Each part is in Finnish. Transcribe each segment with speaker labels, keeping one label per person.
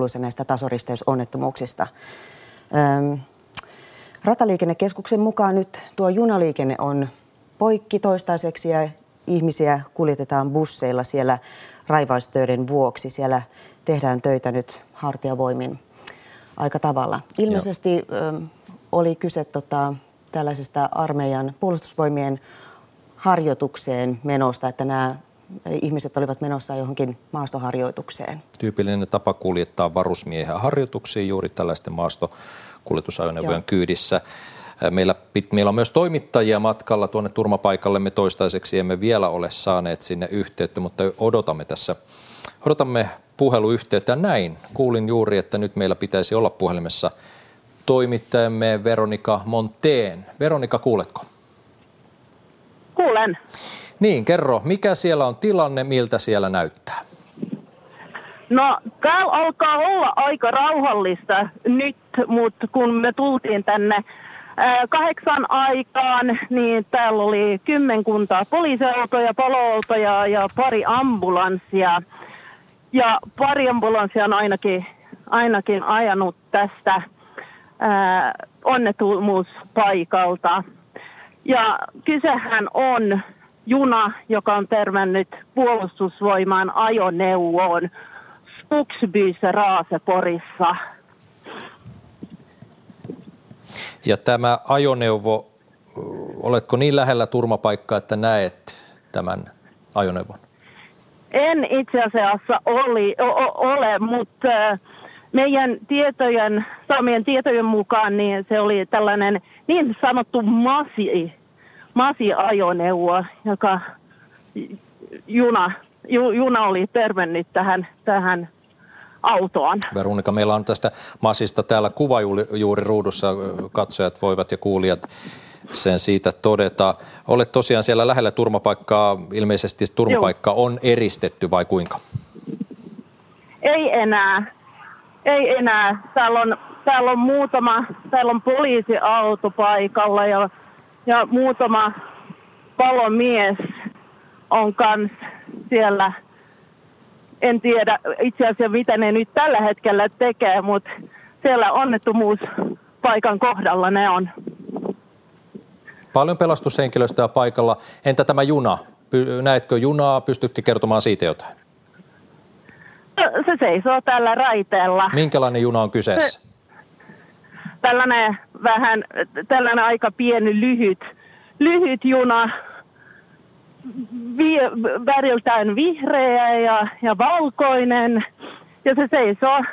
Speaker 1: kuuluisa näistä tasoristeysonnettomuuksista. Rataliikennekeskuksen mukaan nyt tuo junaliikenne on poikki toistaiseksi ja ihmisiä kuljetetaan busseilla siellä raivaustöiden vuoksi. Siellä tehdään töitä nyt hartiavoimin aika tavalla. Ilmeisesti oli kyse tällaisesta armeijan puolustusvoimien harjoitukseen menosta, että nämä ihmiset olivat menossa johonkin maastoharjoitukseen. Tyypillinen
Speaker 2: tapa kuljettaa varusmiehiä harjoituksiin juuri tällaisten maastokuljetusajoneuvojen kyydissä. Meillä on myös toimittajia matkalla tuonne turmapaikallemme. Toistaiseksi emme vielä ole saaneet sinne yhteyttä, mutta odotamme puheluyhteyttä. Näin kuulin juuri, että nyt meillä pitäisi olla puhelimessa toimittajamme Veronika Monteen. Veronika, kuuletko?
Speaker 3: Kuulen.
Speaker 2: Niin, kerro, mikä siellä on tilanne, miltä siellä näyttää?
Speaker 3: No, täällä alkaa olla aika rauhallista nyt, mutta kun me tultiin tänne 8 aikaan, niin täällä oli 10 poliisiautoja, paloautoja ja pari ambulanssia. Ja pari ambulanssia on ainakin ajanut tästä onnettomuuspaikalta. Ja kysehän on juna, joka on törmännyt puolustusvoimaan ajoneuvoon Skogsbyssä Raaseporissa.
Speaker 2: Ja tämä ajoneuvo, oletko niin lähellä turmapaikkaa, että näet tämän ajoneuvon?
Speaker 3: En itse asiassa ole, mutta meidän saamien tietojen mukaan niin se oli tällainen niin sanottu masiajoneuvo, joka juna oli törmännyt tähän autoon.
Speaker 2: Veronika, meillä on tästä masista täällä kuva juuri ruudussa. Katsojat voivat ja kuulijat sen siitä todeta. Olet tosiaan siellä lähellä turmapaikkaa. Ilmeisesti turmapaikka on eristetty vai kuinka?
Speaker 3: Ei enää. Täällä on poliisiauto paikalla ja muutama palomies on kans siellä. En tiedä itse asiassa, mitä ne nyt tällä hetkellä tekee, mutta siellä onnettomuuspaikan kohdalla ne on.
Speaker 2: Paljon pelastushenkilöstöä paikalla. Entä tämä juna? Näetkö junaa? Pystytkö kertomaan siitä jotain?
Speaker 3: Se seisoo tällä raiteella.
Speaker 2: Minkälainen juna on kyseessä?
Speaker 3: Tällainen aika pieni lyhyt juna. Väriltään vihreä ja valkoinen, ja se seisoo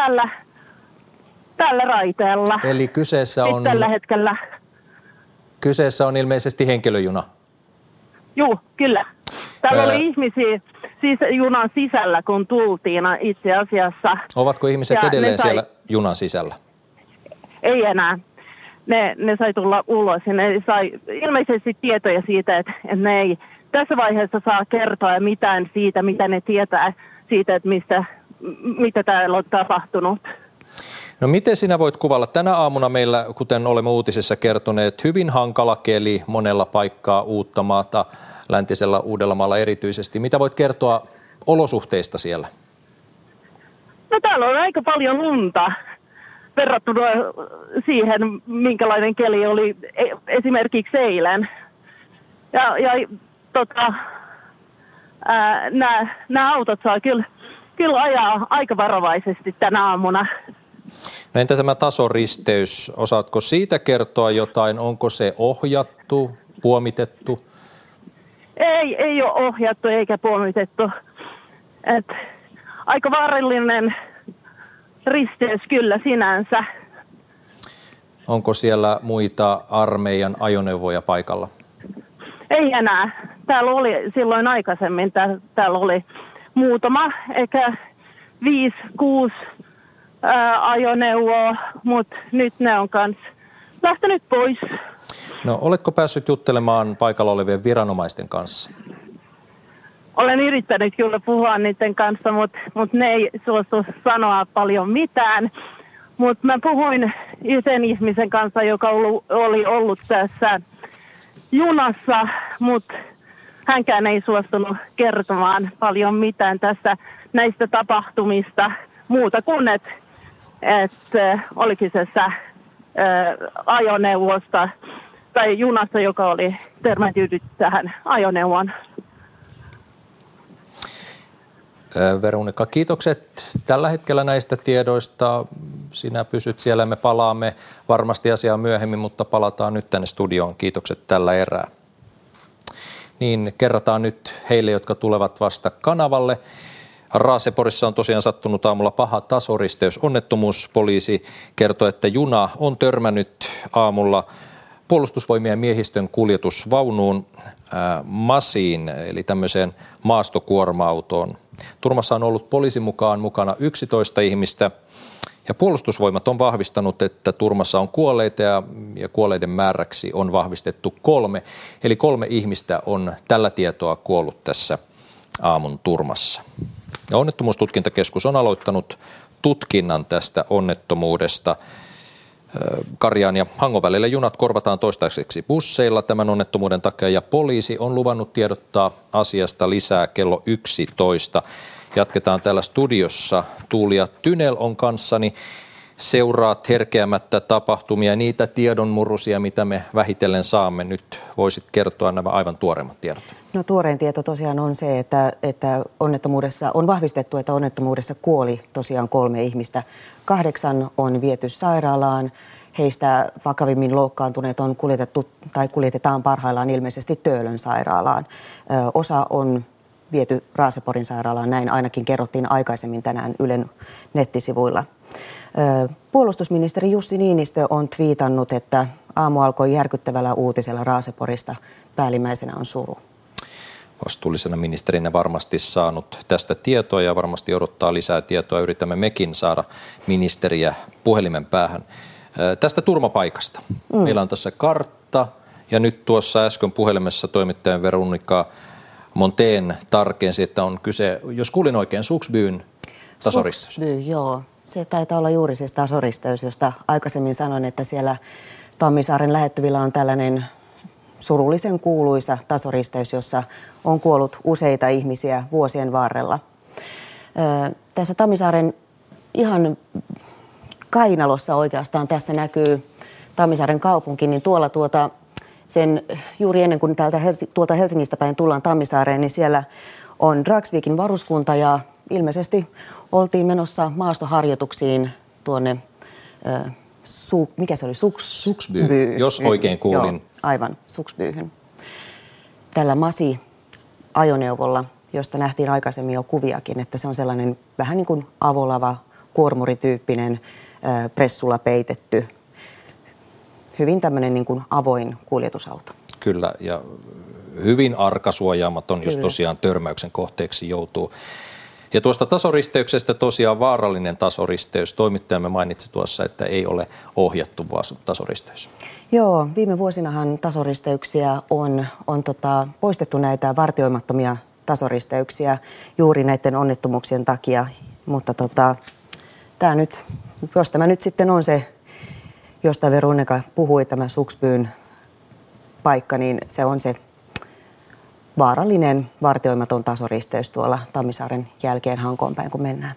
Speaker 3: tällä raiteella.
Speaker 2: Eli
Speaker 3: tällä hetkellä.
Speaker 2: Kyseessä on ilmeisesti henkilöjuna.
Speaker 3: Joo, kyllä. Täällä oli ihmisiä siis junan sisällä, kun tultiin itse asiassa.
Speaker 2: Ovatko ihmiset edelleen siellä junan sisällä?
Speaker 3: Ei enää. Ne sai tulla ulos ja ne sai ilmeisesti tietoja siitä, että ne ei tässä vaiheessa saa kertoa mitään siitä, mitä ne tietää siitä, että mitä täällä on tapahtunut.
Speaker 2: No miten sinä voit kuvailla? Tänä aamuna meillä, kuten olemme uutisissa kertoneet, hyvin hankala keli monella paikkaa Uuttamaata, läntisellä Uudellamaalla erityisesti. Mitä voit kertoa olosuhteista siellä?
Speaker 3: No täällä on aika paljon lunta verrattuna siihen, minkälainen keli oli esimerkiksi eilen. Nämä autot saa kyllä ajaa aika varovaisesti tänä aamuna.
Speaker 2: No entä tämä tasoristeys? Osaatko siitä kertoa jotain? Onko se ohjattu, puomitettu?
Speaker 3: Ei ole ohjattu eikä puomitettu. Aika vaarallinen risteys kyllä sinänsä.
Speaker 2: Onko siellä muita armeijan ajoneuvoja paikalla?
Speaker 3: Ei enää. Täällä oli silloin aikaisemmin, täällä oli muutama, ehkä 5-6 ajoneuvoa, mutta nyt ne on kans lähtenyt pois.
Speaker 2: No, oletko päässyt juttelemaan paikalla olevien viranomaisten kanssa?
Speaker 3: Olen yrittänyt kyllä puhua niiden kanssa, mutta ne ei suostu sanoa paljon mitään. Mutta mä puhuin yhden ihmisen kanssa, joka oli ollut tässä junassa, mutta hänkään ei suostunut kertomaan paljon mitään näistä tapahtumista. muuta kuin, että oli kyseessä ajoneuvosta tai junasta, joka oli törmätynyt tähän ajoneuvoon.
Speaker 2: Veronika, kiitokset tällä hetkellä näistä tiedoista. Sinä pysyt siellä, me palaamme varmasti asiaan myöhemmin, mutta palataan nyt tänne studioon. Kiitokset tällä erää. Niin kerrataan nyt heille, jotka tulevat vasta kanavalle. Raaseporissa on tosiaan sattunut aamulla paha tasoristeysonnettomuus. Poliisi kertoi, että juna on törmännyt aamulla Puolustusvoimien miehistön kuljetusvaunuun Masiin, eli tämmöiseen maastokuorma-autoon. Turmassa on ollut poliisin mukaan mukana 11 ihmistä ja Puolustusvoimat on vahvistanut, että turmassa on kuolleita ja kuolleiden määräksi on vahvistettu 3. Eli 3 ihmistä on tällä tietoa kuollut tässä aamun turmassa. Ja onnettomuustutkintakeskus on aloittanut tutkinnan tästä onnettomuudesta. Karjaan ja Hangon välillä junat korvataan toistaiseksi busseilla tämän onnettomuuden takia ja poliisi on luvannut tiedottaa asiasta lisää kello 11. Jatketaan täällä studiossa. Tuulia Tynel on kanssani. Seuraat herkeämättä tapahtumia, niitä tiedonmurusia, mitä me vähitellen saamme. Nyt voisit kertoa nämä aivan tuoreimmat tiedot.
Speaker 1: No tuorein tieto tosiaan on se, että onnettomuudessa on vahvistettu, että onnettomuudessa kuoli tosiaan 3 ihmistä. 8 on viety sairaalaan. Heistä vakavimmin loukkaantuneet on kuljetettu tai kuljetetaan parhaillaan ilmeisesti Töölön sairaalaan. Osa on viety Raaseporin sairaalaan, näin ainakin kerrottiin aikaisemmin tänään Ylen nettisivuilla. Puolustusministeri Jussi Niinistö on twiitannut, että aamu alkoi järkyttävällä uutisella Raaseporista. Päällimmäisenä on suru.
Speaker 2: Vastuullisena ministerinä varmasti saanut tästä tietoa ja varmasti odottaa lisää tietoa. Yritämme mekin saada ministeriä puhelimen päähän. Tästä turmapaikasta. Meillä on tässä kartta ja nyt tuossa äsken puhelimessa toimittajan Veronika Monteen tarkensi, että on kyse, jos kuulin oikein, Suksbyn tasoristeys.
Speaker 1: Suksby, joo. Se taitaa olla juuri se tasoristeys, josta aikaisemmin sanoin, että siellä Tammisaaren lähettyvillä on tällainen surullisen kuuluisa tasoristeys, jossa on kuollut useita ihmisiä vuosien varrella. Tässä Tammisaaren ihan kainalossa oikeastaan tässä näkyy Tammisaaren kaupunki, niin tuolla sen juuri ennen kuin tuolta Helsingistä päin tullaan Tammisaareen, niin siellä on Dragsvikin varuskunta ja ilmeisesti oltiin menossa maastoharjoituksiin tuonne, mikä se oli,
Speaker 2: Suksby, jos oikein kuulin.
Speaker 1: Joo, aivan, Suksbyhyn. Tällä Masi-ajoneuvolla, josta nähtiin aikaisemmin jo kuviakin, että se on sellainen vähän niin kuin avolava, kuormurityyppinen, pressulla peitetty, hyvin tämmöinen niin kuin avoin kuljetusauto.
Speaker 2: Kyllä, ja hyvin arkasuojaamaton, jos tosiaan törmäyksen kohteeksi joutuu. Ja tuosta tasoristeyksestä tosiaan vaarallinen tasoristeys. Toimittajamme mainitsi tuossa, että ei ole ohjattu tasoristeys. Joo,
Speaker 1: viime vuosinahan tasoristeyksiä on poistettu näitä vartioimattomia tasoristeyksiä juuri näiden onnettomuuksien takia. Mutta tämä nyt, jos tämä nyt sitten on se, josta Veronika puhui, tämä Suksbyn paikka, niin se on se vaarallinen vartioimaton tasoristeys tuolla Tammisaaren jälkeen Hankoon päin, kun mennään.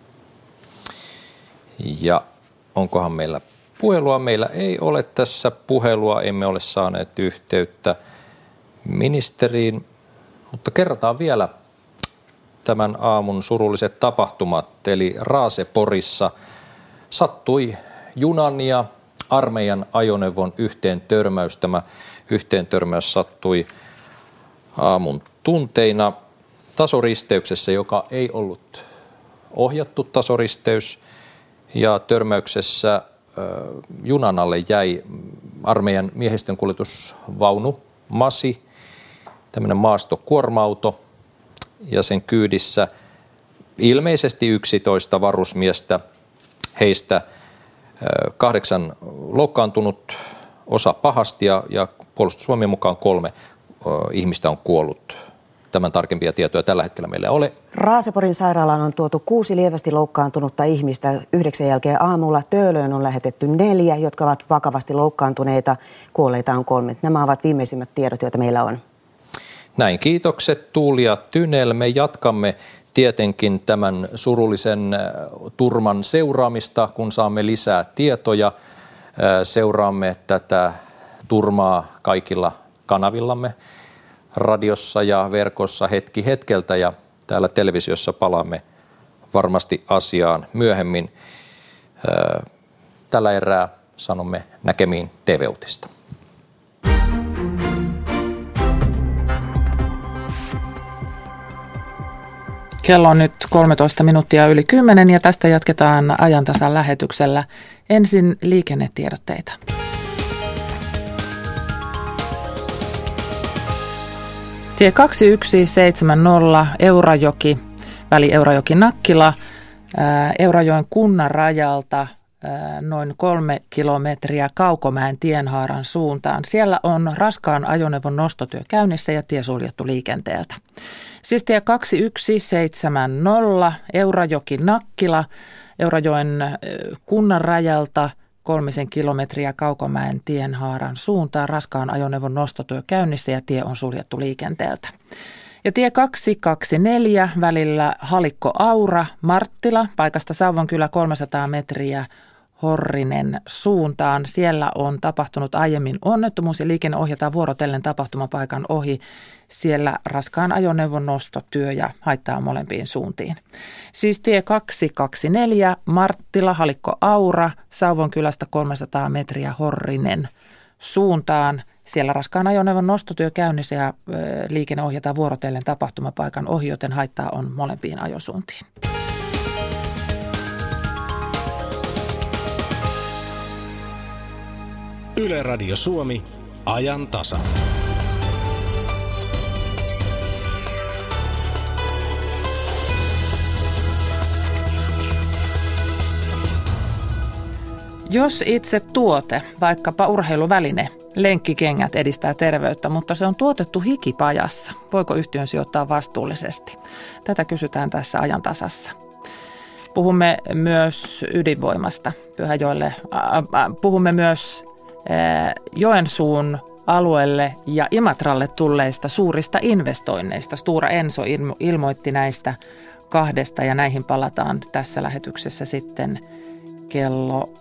Speaker 2: Ja onkohan meillä puhelua? Meillä ei ole tässä puhelua, emme ole saaneet yhteyttä ministeriin, mutta kerrataan vielä tämän aamun surulliset tapahtumat. Eli Raaseporissa sattui junan ja armeijan ajoneuvon yhteentörmäys. Tämä yhteentörmäys sattui aamun tunteina tasoristeyksessä, joka ei ollut ohjattu tasoristeys, ja törmäyksessä junan alle jäi armeijan miehistön kuljetusvaunu Masi, tämmöinen maastokuorma-auto, ja sen kyydissä ilmeisesti 11 varusmiestä, heistä 8 loukkaantunut, osa pahasti ja Puolustusvoimien mukaan 3 ihmistä on kuollut. Tämän tarkempia tietoja tällä hetkellä meillä ei ole.
Speaker 1: Raaseporin sairaalaan on tuotu 6 lievästi loukkaantunutta ihmistä 9 jälkeen aamulla. Töölöön on lähetetty 4, jotka ovat vakavasti loukkaantuneita. Kuolleita on 3. Nämä ovat viimeisimmät tiedot, joita meillä on.
Speaker 2: Näin, kiitokset Tuulia Tynel. Me jatkamme tietenkin tämän surullisen turman seuraamista, kun saamme lisää tietoja. Seuraamme tätä turmaa kaikilla kanavillamme, radiossa ja verkossa hetki hetkeltä, ja täällä televisiossa palaamme varmasti asiaan myöhemmin. Tällä erää sanomme näkemiin TV-uutista.
Speaker 4: Kello on nyt 13 minuuttia yli 10 ja tästä jatketaan ajantasan lähetyksellä. Ensin liikennetiedotteita. Tie 2170 Eurajoki, väli Eurajoki-Nakkila, Eurajoen kunnan rajalta noin 3 kilometriä Kaukomäen tienhaaran suuntaan. Siellä on raskaan ajoneuvon nostotyö käynnissä ja tie suljettu liikenteeltä. Siis tie 2170 Eurajoki-Nakkila, Eurajoen kunnan rajalta 3 kilometriä Kaukomäen tienhaaran suuntaan. Raskaan ajoneuvon nostotyö käynnissä ja tie on suljettu liikenteeltä. Ja tie 224 välillä Halikko-Aura, Marttila, paikasta Sauvonkylä 300 metriä Horrinen suuntaan. Siellä on tapahtunut aiemmin onnettomuus ja liikenne ohjataan vuorotellen tapahtumapaikan ohi. Siellä raskaan ajoneuvon nostotyö ja haittaa molempiin suuntiin. Siis tie 224 Marttila, Halikko-Aura, Sauvonkylästä 300 metriä Horrinen suuntaan. Siellä raskaan ajoneuvon nostotyö käynnissä ja liikenne ohjataan vuorotellen tapahtumapaikan ohi, joten haittaa on molempiin ajosuuntiin.
Speaker 5: Yle Radio Suomi, ajan tasa.
Speaker 4: Jos itse tuote, vaikkapa urheiluväline, lenkkikengät edistää terveyttä, mutta se on tuotettu hikipajassa, voiko yhtiön sijoittaa vastuullisesti? Tätä kysytään tässä ajantasassa. Puhumme myös ydinvoimasta Pyhäjoelle. Puhumme myös Joensuun alueelle ja Imatralle tulleista suurista investoinneista. Stora Enso ilmoitti näistä 2 ja näihin palataan tässä lähetyksessä sitten kello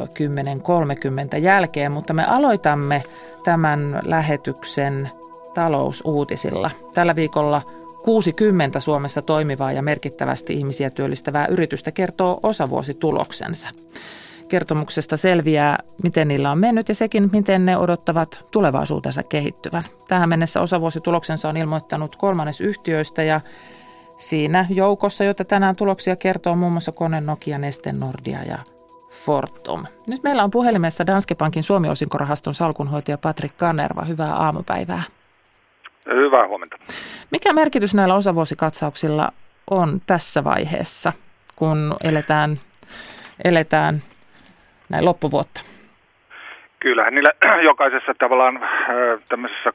Speaker 4: 10.30 jälkeen, mutta me aloitamme tämän lähetyksen talousuutisilla. Tällä viikolla 60 Suomessa toimivaa ja merkittävästi ihmisiä työllistävää yritystä kertoo osavuosituloksensa. Kertomuksesta selviää, miten niillä on mennyt ja sekin, miten ne odottavat tulevaisuutensa kehittyvän. Tähän mennessä osavuosituloksensa on ilmoittanut 3. yhtiöistä ja siinä joukossa, jota tänään tuloksia kertoo muun muassa Kone, Nokia, Neste, Nordia ja Fortum. Nyt meillä on puhelimessa Danske Bankin Suomi-osinkorahaston salkunhoitaja Patrik Kanerva. Hyvää aamupäivää.
Speaker 6: Hyvää huomenta.
Speaker 4: Mikä merkitys näillä osavuosikatsauksilla on tässä vaiheessa, kun eletään näin loppuvuotta?
Speaker 6: Kyllähän niillä jokaisessa tavallaan tämmöisessä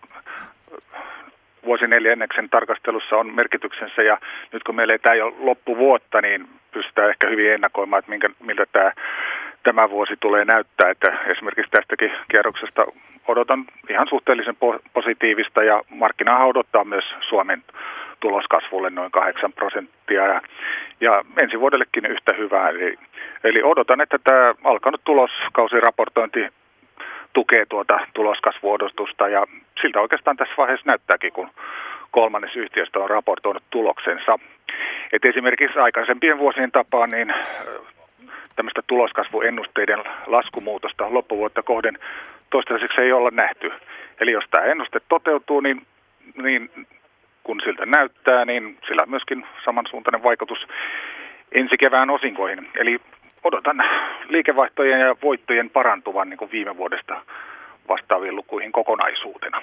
Speaker 6: vuosineljänneksen tarkastelussa on merkityksensä, ja nyt kun me eletään jo loppuvuotta, niin pystytään ehkä hyvin ennakoimaan, että miltä tämä vuosi tulee näyttää. Että esimerkiksi tästäkin kierroksesta odotan ihan suhteellisen positiivista, ja markkinahan odottaa myös Suomen tuloskasvulle noin 8%, ja ensi vuodellekin yhtä hyvää. Eli odotan, että tämä alkanut tuloskausiraportointi tukee tuota tuloskasvuodotusta, ja siltä oikeastaan tässä vaiheessa näyttääkin, kun 3. yhtiöstä on raportoinut tuloksensa. Et esimerkiksi aikaisempien vuosien tapaan niin tämmöistä tuloskasvuennusteiden laskumuutosta loppuvuotta kohden toistaiseksi ei olla nähty. Eli jos tämä ennuste toteutuu, niin kun siltä näyttää, niin sillä on myöskin samansuuntainen vaikutus ensi kevään osinkoihin. Eli odotan liikevaihtojen ja voittojen parantuvan niin kuin viime vuodesta vastaaviin lukuihin kokonaisuutena.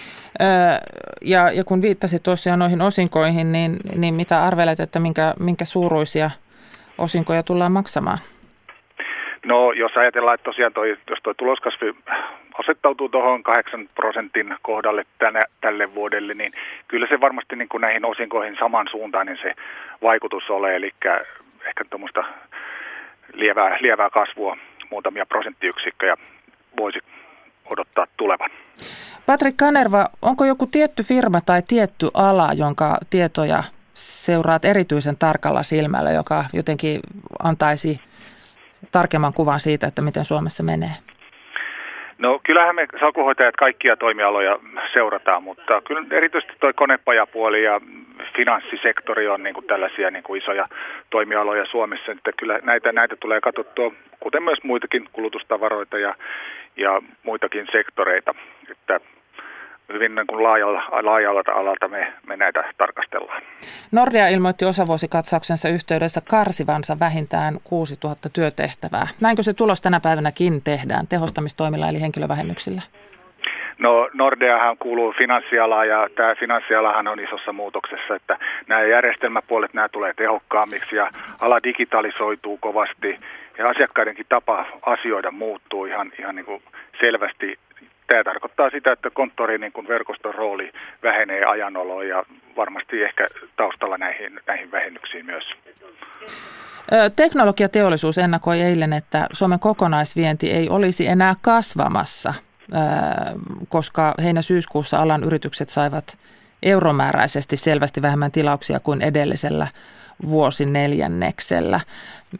Speaker 4: Ja kun viittasit tosiaan noihin osinkoihin, niin mitä arvelet, että minkä suuruisia osinkoja tullaan maksamaan?
Speaker 6: No jos ajatellaan, että tosiaan jos tuo tuloskasvu asettautuu tuohon 8% kohdalle tälle vuodelle, niin kyllä se varmasti niin kuin näihin osinkoihin samansuuntainen se vaikutus ole, eli ehkä tuommoista lievää kasvua, muutamia prosenttiyksikköjä voisi odottaa tulevan.
Speaker 4: Patrik Kanerva, onko joku tietty firma tai tietty ala, jonka tietoja seuraat erityisen tarkalla silmällä, joka jotenkin antaisi tarkemman kuvan siitä, että miten Suomessa menee?
Speaker 6: No kyllähän me salkunhoitajat kaikkia toimialoja seurataan, mutta kyllä erityisesti tuo konepajapuoli ja finanssisektori on niin kuin tällaisia niin kuin isoja toimialoja Suomessa, että kyllä näitä tulee katsottua, kuten myös muitakin kulutustavaroita ja muitakin sektoreita, että hyvin niin kuin laajalta alalta me näitä tarkastellaan.
Speaker 4: Nordea ilmoitti osavuosikatsauksensa yhteydessä karsivansa vähintään 6000 työtehtävää. Näinkö se tulos tänä päivänäkin tehdään tehostamistoimilla eli henkilövähennyksillä?
Speaker 6: No Nordeahan kuuluu finanssialaan ja tämä finanssialahan on isossa muutoksessa, että nämä järjestelmäpuolet tulee tehokkaammiksi ja ala digitalisoituu kovasti ja asiakkaidenkin tapa asioida muuttuu ihan niin kuin selvästi. Tämä tarkoittaa sitä, että konttorin niin kuin verkoston rooli vähenee ajanoloon ja varmasti ehkä taustalla näihin vähennyksiin myös.
Speaker 4: Teknologiateollisuus ennakoi eilen, että Suomen kokonaisvienti ei olisi enää kasvamassa, koska heinä-syyskuussa alan yritykset saivat euromääräisesti selvästi vähemmän tilauksia kuin edellisellä vuosineljänneksellä.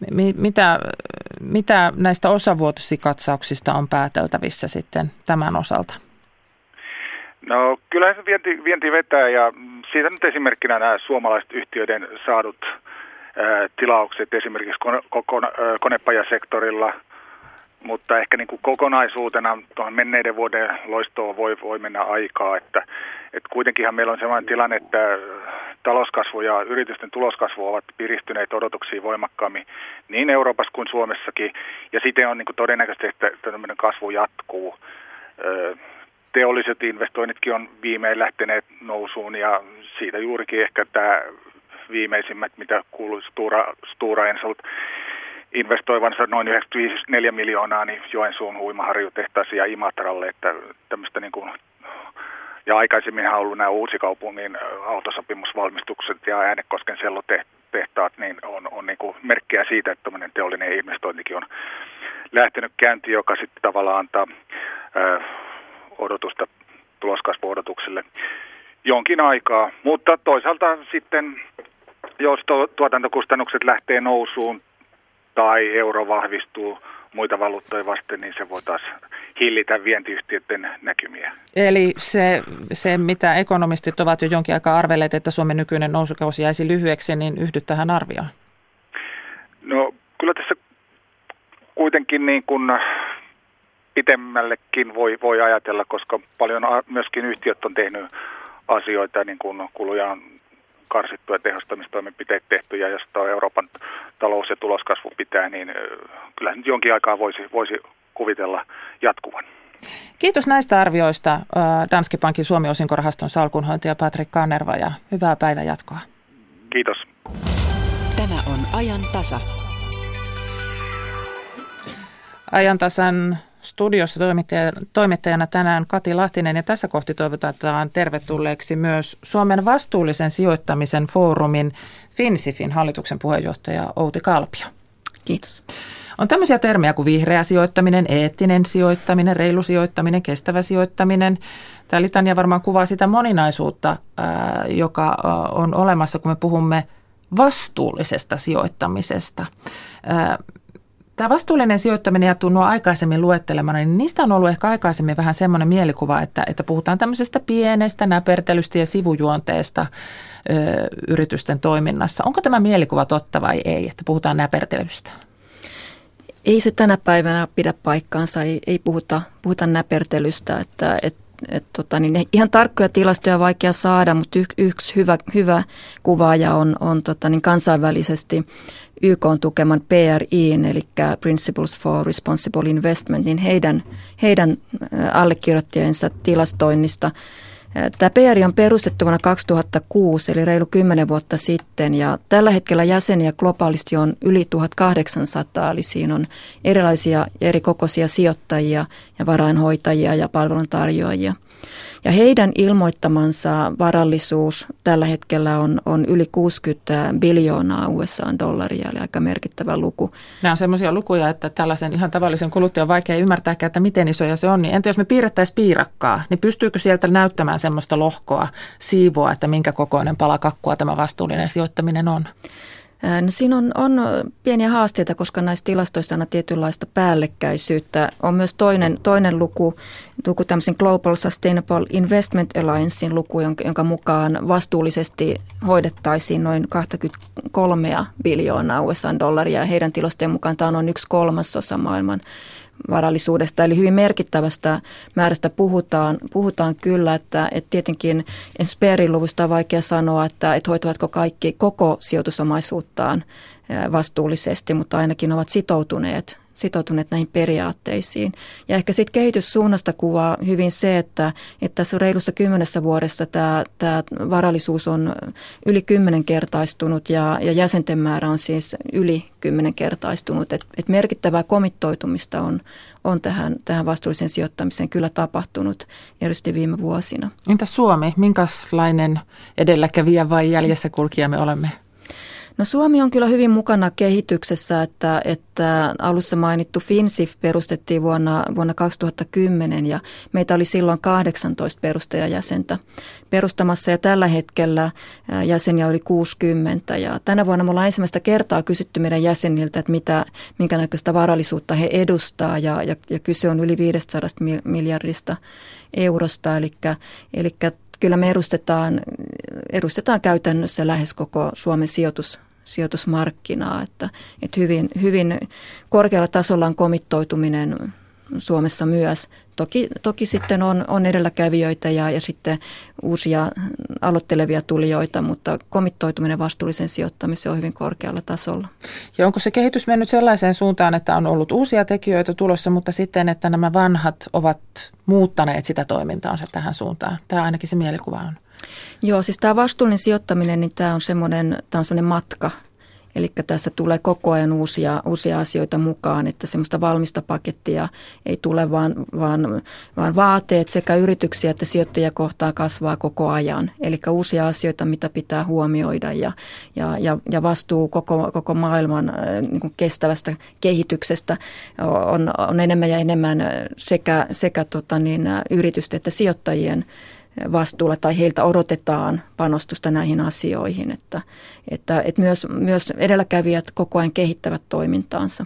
Speaker 4: Mitä näistä osavuotosikatsauksista on pääteltävissä sitten tämän osalta?
Speaker 6: No kyllä se vienti vetää ja siitä nyt esimerkkinä nämä suomalaiset yhtiöiden saadut tilaukset esimerkiksi konepajasektorilla, mutta ehkä niin kuin kokonaisuutena tuohon menneiden vuoden loistoon voi mennä aikaa, että kuitenkinhan meillä on sellainen tilanne, että talouskasvu ja yritysten tuloskasvu ovat piristyneet odotuksiin voimakkaammin niin Euroopassa kuin Suomessakin, ja siten on niin kuin todennäköisesti, että tämmöinen kasvu jatkuu. Teolliset investoinnitkin on viimein lähteneet nousuun, ja siitä juurikin ehkä tämä viimeisimmät, mitä kuuluu Stora Ensolt investoivansa noin 94 miljoonaa niin Joensuun huimaharjutehtaisiin ja Imatralle, että tämmöistä niin kuin, ja aikaisemminhan on ollut nämä Uusikaupungin autosopimusvalmistukset ja Äänekosken sellutehtaat, niin on niin kuin merkkejä siitä, että tämmöinen teollinen investointikin on lähtenyt käyntiin, joka sitten tavallaan antaa odotusta tuloskasvuodotuksille jonkin aikaa, mutta toisaalta sitten, jos tuotantokustannukset lähtee nousuun tai euro vahvistuu muita valuuttoja vasten, niin se voi taas hillitä vientiyhtiöiden näkymiä. Eli
Speaker 4: se, mitä ekonomistit ovat jo jonkin aikaa arvelleet, että Suomen nykyinen nousukausi jäisi lyhyeksi, niin yhdyt tähän arvioon? No
Speaker 6: kyllä tässä kuitenkin niin kuin pitemmällekin voi ajatella, koska paljon myöskin yhtiöt on tehnyt asioita, niin kuin kuluja on karsittu ja tehostamistoimenpiteet tehty, ja jos Euroopan talous- ja tuloskasvu pitää, niin kyllä nyt jonkin aikaa voisi kuvitella jatkuvan.
Speaker 4: Kiitos näistä arvioista Danske Bankin Suomi-osinkorahaston salkunhoitaja Patrik Kanerva, ja hyvää päivänjatkoa.
Speaker 6: Kiitos.
Speaker 7: Tämä on Ajan tasa.
Speaker 4: Ajan tasan studiossa toimittajana tänään Kati Lahtinen, ja tässä kohti toivotetaan tervetulleeksi myös Suomen vastuullisen sijoittamisen foorumin FinSIFin hallituksen puheenjohtaja Outi Kalpio.
Speaker 8: Kiitos.
Speaker 4: On tämmöisiä termejä kuin vihreä sijoittaminen, eettinen sijoittaminen, reilu sijoittaminen, kestävä sijoittaminen. Tämä litania varmaan kuvaa sitä moninaisuutta, joka on olemassa, kun me puhumme vastuullisesta sijoittamisesta. Tämä vastuullinen sijoittaminen ja nuo aikaisemmin luettelemana, niin niistä on ollut ehkä aikaisemmin vähän semmoinen mielikuva, että puhutaan tämmöisestä pienestä näpertelystä ja sivujuonteesta yritysten toiminnassa. Onko tämä mielikuva totta vai ei, että puhutaan näpertelystä?
Speaker 8: Ei se tänä päivänä pidä paikkaansa, ei puhuta näpertelystä, niin ihan tarkkoja tilastoja on vaikea saada, mutta yksi hyvä kuvaaja on kansainvälisesti YK:n tukeman PRI:n, eli Principles for Responsible Investment, niin heidän allekirjoittajiensa tilastoinnista. Tämä PRI on perustettu vuonna 2006, eli reilu 10 vuotta sitten, ja tällä hetkellä jäseniä globaalisti on yli 1800, eli siinä on erilaisia eri kokoisia sijoittajia ja varainhoitajia ja palveluntarjoajia. Ja heidän ilmoittamansa varallisuus tällä hetkellä on yli 60 biljoonaa USA-dollaria, eli aika merkittävä luku.
Speaker 4: Nämä on sellaisia lukuja, että tällaisen ihan tavallisen kuluttajan on vaikea ymmärtää, että miten isoja se on. Niin entä jos me piirrettäisiin piirakkaa, niin pystyykö sieltä näyttämään semmoista lohkoa, siivoa, että minkä kokoinen pala kakkua tämä vastuullinen sijoittaminen on?
Speaker 8: No siinä on pieniä haasteita, koska näissä tilastoissa on tietynlaista päällekkäisyyttä. On myös toinen luku tämmöisen Global Sustainable Investment Alliancein luku, jonka mukaan vastuullisesti hoidettaisiin noin 23 biljoonaa USA-dollaria. Heidän tilastojen mukaan tämä on noin 1/3 maailman varallisuudesta, eli hyvin merkittävästä määrästä puhutaan kyllä, että tietenkin esimerkiksi PR-luvusta on vaikea sanoa, että hoitavatko kaikki koko sijoitusomaisuuttaan vastuullisesti, mutta ainakin ovat sitoutuneet näihin periaatteisiin. Ja ehkä sitten kehityssuunnasta kuvaa hyvin se, että tässä reilussa 10 vuodessa tämä varallisuus on yli 10-kertaistunut ja jäsenten määrä on siis yli 10-kertaistunut. Et merkittävää komittoitumista on tähän vastuulliseen sijoittamiseen kyllä tapahtunut erityisesti viime vuosina.
Speaker 4: Entä Suomi? Minkälainen edelläkävijä vai jäljessä kulkija me olemme?
Speaker 8: No Suomi on kyllä hyvin mukana kehityksessä, että alussa mainittu FinSIF perustettiin vuonna 2010 ja meitä oli silloin 18 perustajajäsentä perustamassa ja tällä hetkellä jäseniä oli 60 ja tänä vuonna me ollaan ensimmäistä kertaa kysytty meidän jäseniltä, että minkä näköistä varallisuutta he edustaa ja kyse on yli 500 miljardista eurosta, eli kyllä me edustetaan käytännössä lähes koko Suomen sijoitusmarkkinaa, että hyvin korkealla tasolla on komittoituminen Suomessa myös. Toki sitten on edelläkävijöitä ja sitten uusia aloittelevia tulijoita, mutta komittoituminen vastuullisen sijoittamiseen on hyvin korkealla tasolla.
Speaker 4: Ja onko se kehitys mennyt sellaiseen suuntaan, että on ollut uusia tekijöitä tulossa, mutta sitten, että nämä vanhat ovat muuttaneet sitä toimintaansa tähän suuntaan? Tämä ainakin se mielikuva on.
Speaker 8: Joo, siis tämä vastuullinen sijoittaminen, niin tämä on semmoinen matka. Eli tässä tulee koko ajan uusia asioita mukaan, että semmoista valmista pakettia ei tule, vaan vaateet sekä yrityksiä että sijoittajia kohtaan kasvaa koko ajan. Eli uusia asioita, mitä pitää huomioida ja vastuu koko maailman niin kuin kestävästä kehityksestä on enemmän ja enemmän sekä yritysten että sijoittajien vastuulla tai heiltä odotetaan panostusta näihin asioihin, että myös edelläkävijät koko ajan kehittävät toimintaansa.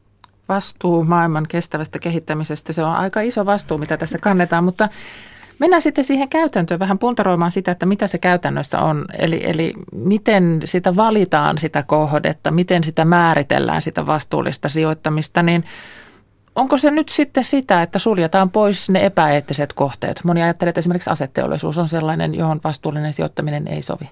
Speaker 4: Vastuu maailman kestävästä kehittämisestä, se on aika iso vastuu, mitä tässä kannetaan, mutta mennään sitten siihen käytäntöön vähän puntaroimaan sitä, että mitä se käytännössä on, eli miten sitä valitaan sitä kohdetta, miten sitä määritellään sitä vastuullista sijoittamista, niin onko se nyt sitten sitä, että suljetaan pois ne epäeettiset kohteet? Moni ajattelee, että esimerkiksi aseteollisuus on sellainen, johon vastuullinen sijoittaminen ei sovi.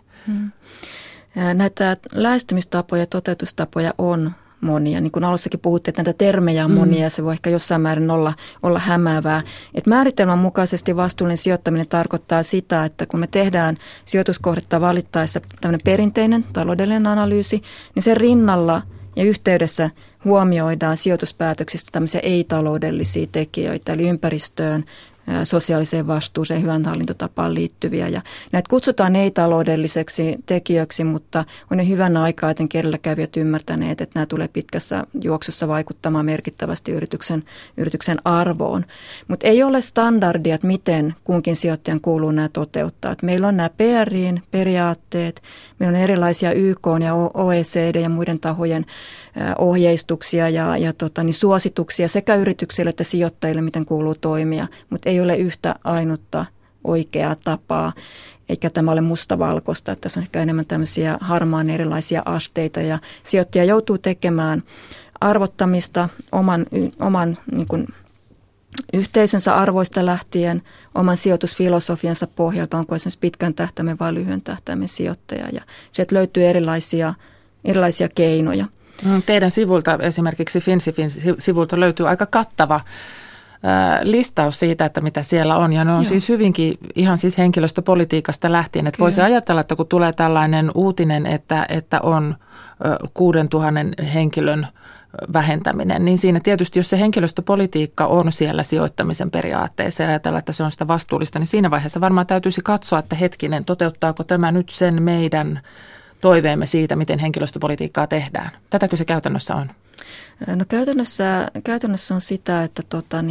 Speaker 8: Näitä lähestymistapoja ja toteutustapoja on monia. Niin kuin alussakin puhuttiin, että näitä termejä on monia ja se voi ehkä jossain määrin olla hämäävää. Et määritelmän mukaisesti vastuullinen sijoittaminen tarkoittaa sitä, että kun me tehdään sijoituskohdetta valittaessa tämmöinen perinteinen taloudellinen analyysi, niin sen rinnalla ja yhteydessä huomioidaan sijoituspäätöksistä tämmöisiä ei-taloudellisia tekijöitä, eli ympäristöön, sosiaaliseen vastuuseen, hyvän hallintotapaan liittyviä. Ja näitä kutsutaan ei-taloudelliseksi tekijöiksi, mutta on ne hyvän aikaa, että edelläkävijät ymmärtäneet, että nämä tulee pitkässä juoksussa vaikuttamaan merkittävästi yrityksen arvoon. Mutta ei ole standardia, että miten kunkin sijoittajan kuuluu nämä toteuttaa. Et meillä on nämä PRI:n periaatteet, meillä on erilaisia YK ja OECD ja muiden tahojen ohjeistuksia ja suosituksia sekä yrityksille että sijoittajille, miten kuuluu toimia, mutta ei ole yhtä ainutta oikeaa tapaa, eikä tämä ole mustavalkoista, että tässä on ehkä enemmän tämmöisiä harmaan erilaisia asteita ja sijoittaja joutuu tekemään arvottamista oman niin kuin yhteisönsä arvoista lähtien, oman sijoitusfilosofiansa pohjalta, onko esimerkiksi pitkän tähtäimen vai lyhyen tähtäimen sijoittaja ja sieltä löytyy erilaisia keinoja.
Speaker 4: Teidän sivulta, esimerkiksi FinSIFin sivulta löytyy aika kattava listaus siitä, että mitä siellä on. Ja ne on siis hyvinkin ihan siis henkilöstöpolitiikasta lähtien. Että voisi ajatella, että kun tulee tällainen uutinen, että on 6000 henkilön vähentäminen, niin siinä tietysti, jos se henkilöstöpolitiikka on siellä sijoittamisen periaatteessa ja ajatella, että se on sitä vastuullista, niin siinä vaiheessa varmaan täytyisi katsoa, että hetkinen, toteuttaako tämä nyt sen meidän toiveemme siitä, miten henkilöstöpolitiikkaa tehdään. Tätäkö se käytännössä on?
Speaker 8: No käytännössä on sitä, että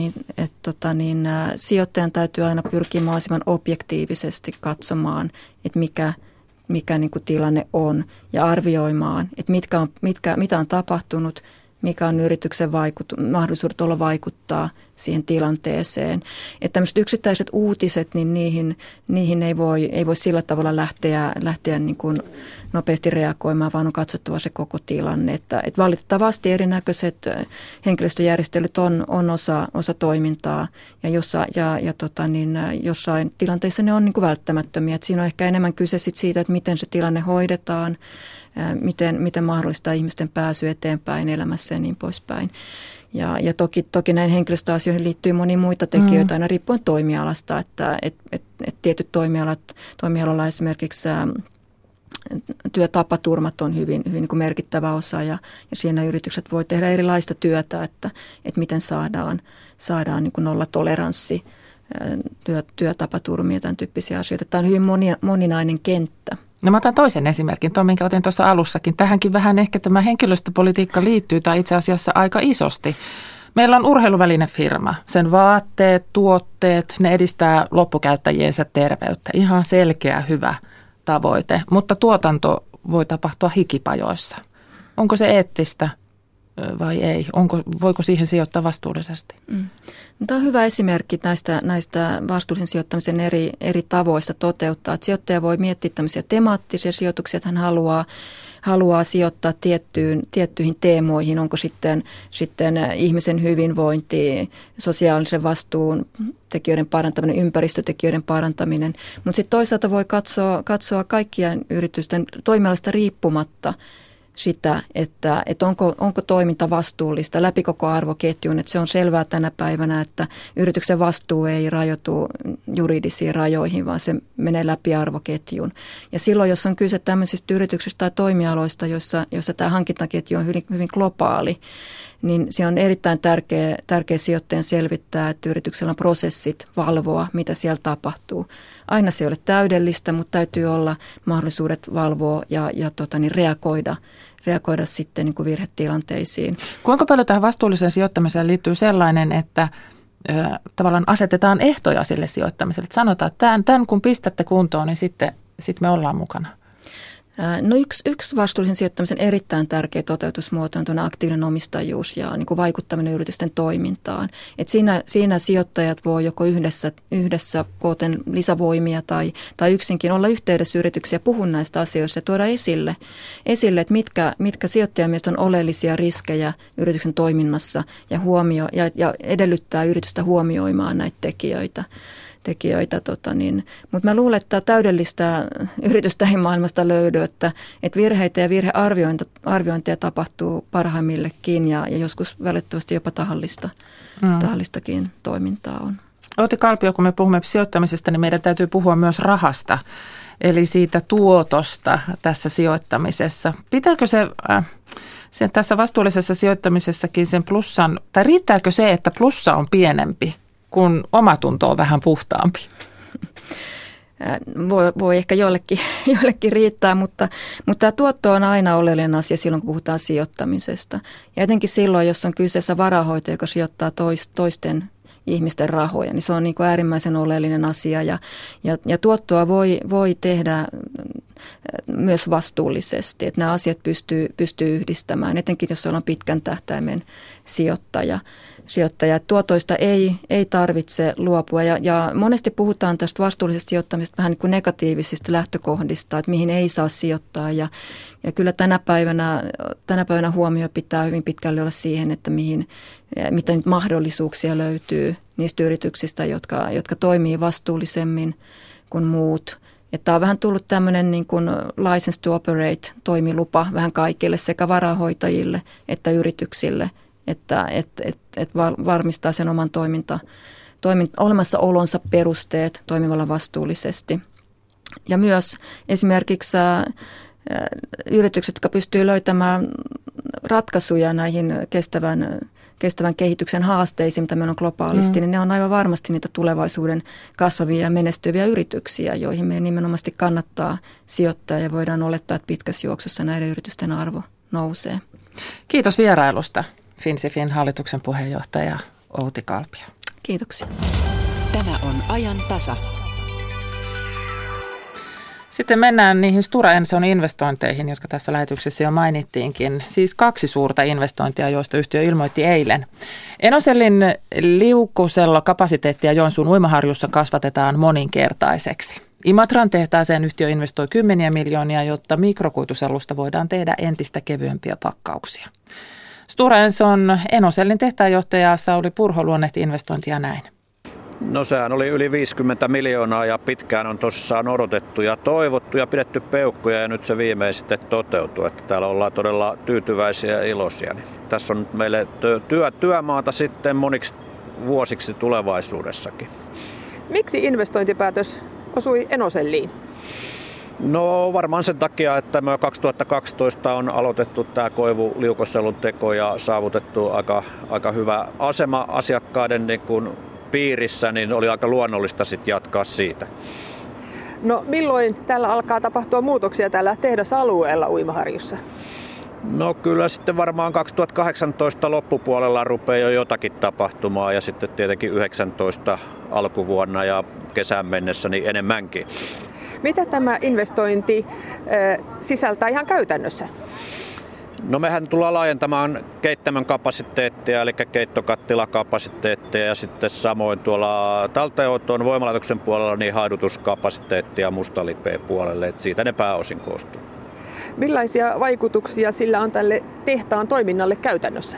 Speaker 8: sijoittajan täytyy aina pyrkiä mahdollisimman objektiivisesti katsomaan, että mikä niin kuin tilanne on ja arvioimaan, että mitä on tapahtunut, mikä on yrityksen mahdollisuudet olla vaikuttaa siihen tilanteeseen. Että tämmöiset yksittäiset uutiset, niin niihin ei voi sillä tavalla lähteä niin kuin nopeasti reagoimaan, vaan on katsottava se koko tilanne. Että valitettavasti erinäköiset henkilöstöjärjestelyt on osa toimintaa ja jossain tilanteissa ne on niin kuin välttämättömiä. Että siinä on ehkä enemmän kyse siitä, että miten se tilanne hoidetaan, miten mahdollistaa ihmisten pääsy eteenpäin elämässä ja niin poispäin. Ja toki näihin henkilöstöasioihin liittyy monia muita tekijöitä aina riippuen toimialasta, että tietyt toimialoilla esimerkiksi työtapaturmat on hyvin niin kuin merkittävä osa ja siinä yritykset voi tehdä erilaista työtä, että miten saadaan niin kuin nollatoleranssi työtapaturmia ja tämän tyyppisiä asioita. Tämä on hyvin moninainen kenttä.
Speaker 4: No mä otan toisen esimerkin, tuon minkä otin tuossa alussakin. Tähänkin vähän ehkä tämä henkilöstöpolitiikka liittyy tai itse asiassa aika isosti. Meillä on urheiluvälinefirma, sen vaatteet, tuotteet, ne edistää loppukäyttäjiensä terveyttä. Ihan selkeä, hyvä tavoite, mutta tuotanto voi tapahtua hikipajoissa. Onko se eettistä vai ei? Voiko siihen sijoittaa vastuullisesti?
Speaker 8: Tämä on hyvä esimerkki näistä vastuullisen sijoittamisen eri tavoista toteuttaa. Että sijoittaja voi miettiä tämmöisiä temaattisia sijoituksia, että hän haluaa sijoittaa tiettyihin teemoihin, onko sitten ihmisen hyvinvointi, sosiaalisen vastuun tekijöiden parantaminen, ympäristötekijöiden parantaminen. Mutta sitten toisaalta voi katsoa kaikkien yritysten toimialasta riippumatta sitä, että onko toiminta vastuullista läpi koko arvoketjun. Että se on selvää tänä päivänä, että yrityksen vastuu ei rajoitu juridisiin rajoihin, vaan se menee läpi arvoketjun. Ja silloin, jos on kyse tämmöisistä yrityksistä tai toimialoista, joissa tämä hankintaketju on hyvin, hyvin globaali, niin se on erittäin tärkeä sijoittajan selvittää, että yrityksellä on prosessit valvoa, mitä siellä tapahtuu. Aina se ei ole täydellistä, mutta täytyy olla mahdollisuudet valvoa ja reagoida sitten niin kuin virhetilanteisiin.
Speaker 4: Kuinka paljon tähän vastuulliseen sijoittamiseen liittyy sellainen, että tavallaan asetetaan ehtoja sille sijoittamiselle? Että sanotaan, että tämän kun pistätte kuntoon, niin sitten me ollaan mukana.
Speaker 8: No yksi vastuullisen sijoittamisen erittäin tärkeä toteutusmuoto on tuon aktiivinen omistajuus ja niin kuin vaikuttaminen yritysten toimintaan. Et siinä sijoittajat voi joko yhdessä kooten lisävoimia tai yksinkin olla yhteydessä yrityksiä, puhua näistä asioista ja tuoda esille että mitkä sijoittajan mielestä on oleellisia riskejä yrityksen toiminnassa ja edellyttää yritystä huomioimaan näitä tekijöitä. Mutta mä luulen, että täydellistä yritystä ei maailmasta löydy, että virheitä ja virhearviointia tapahtuu parhaimmillekin ja joskus välttämättä jopa tahallistakin toimintaa on.
Speaker 4: Outi Kalpio, kun me puhumme sijoittamisesta, niin meidän täytyy puhua myös rahasta, eli siitä tuotosta tässä sijoittamisessa. Pitääkö se tässä vastuullisessa sijoittamisessakin sen plussan, tai riittääkö se, että plussa on pienempi, kun omatunto on vähän puhtaampi?
Speaker 8: Voi ehkä jollekin riittää, mutta tämä tuotto on aina oleellinen asia silloin, kun puhutaan sijoittamisesta. Ja etenkin silloin, jos on kyseessä varainhoitaja, joka sijoittaa toisten ihmisten rahoja, niin se on niin kuin äärimmäisen oleellinen asia. Ja tuottoa voi tehdä myös vastuullisesti, että nämä asiat pystyy yhdistämään, etenkin jos ollaan pitkän tähtäimen sijoittaja. Tuotoista ei tarvitse luopua ja monesti puhutaan tästä vastuullisesta sijoittamisesta vähän niin kuin negatiivisista lähtökohdista, että mihin ei saa sijoittaa ja kyllä tänä päivänä huomio pitää hyvin pitkälle olla siihen, että mitä nyt mahdollisuuksia löytyy niistä yrityksistä, jotka toimii vastuullisemmin kuin muut. Tämä on vähän tullut tämmöinen niin kuin license to operate -toimilupa vähän kaikille sekä varainhoitajille että yrityksille. että varmistaa sen oman olemassaolonsa perusteet toimivalla vastuullisesti. Ja myös esimerkiksi yritykset, jotka pystyvät löytämään ratkaisuja näihin kestävän kehityksen haasteisiin, mitä meillä on globaalisti, niin ne on aivan varmasti niitä tulevaisuuden kasvavia ja menestyviä yrityksiä, joihin meidän nimenomaan kannattaa sijoittaa ja voidaan olettaa, että pitkässä juoksussa näiden yritysten arvo nousee.
Speaker 4: Kiitos vierailusta, Finsifin hallituksen puheenjohtaja Outi Kalpio.
Speaker 8: Kiitoksia.
Speaker 7: Tämä on ajan tasa.
Speaker 4: Sitten mennään niihin Stora Enson investointeihin, jotka tässä lähetyksessä jo mainittiinkin. Siis 2 suurta investointia, joista yhtiö ilmoitti eilen. Enocellin liukusellokapasiteettia Joensuun uimaharjussa kasvatetaan moninkertaiseksi. Imatran tehtaaseen yhtiö investoi 10 miljoonia, jotta mikrokuitusellusta voidaan tehdä entistä kevyempiä pakkauksia. Stora Enson Enocellin tehtaanjohtaja Sauli Purho luonnehti investointia näin.
Speaker 9: No sehän oli yli 50 miljoonaa ja pitkään on tosissaan odotettu ja toivottu ja pidetty peukkuja ja nyt se viimein sitten toteutuu, että täällä ollaan todella tyytyväisiä ja iloisia. Tässä on meille työmaata sitten moniksi vuosiksi tulevaisuudessakin.
Speaker 10: Miksi investointipäätös osui Enocelliin?
Speaker 9: No varmaan sen takia, että me 2012 on aloitettu tämä koivuliukosellun teko ja saavutettu aika hyvä asema asiakkaiden piirissä, niin oli aika luonnollista sitten jatkaa siitä.
Speaker 10: No milloin täällä alkaa tapahtua muutoksia täällä tehdasalueella Uimaharjussa?
Speaker 9: No kyllä sitten varmaan 2018 loppupuolella rupeaa jo jotakin tapahtumaan ja sitten tietenkin 19 alkuvuonna ja kesän mennessä niin enemmänkin.
Speaker 10: Mitä tämä investointi sisältää ihan käytännössä?
Speaker 9: No mehän tullaan laajentamaan keittämön kapasiteettia, eli keittokattilakapasiteettia ja sitten samoin tuolla talteenoton voimalaitoksen puolella niin haidutuskapasiteettia mustalipeen puolelle, että siitä ne pääosin koostuu.
Speaker 10: Millaisia vaikutuksia sillä on tälle tehtaan toiminnalle käytännössä?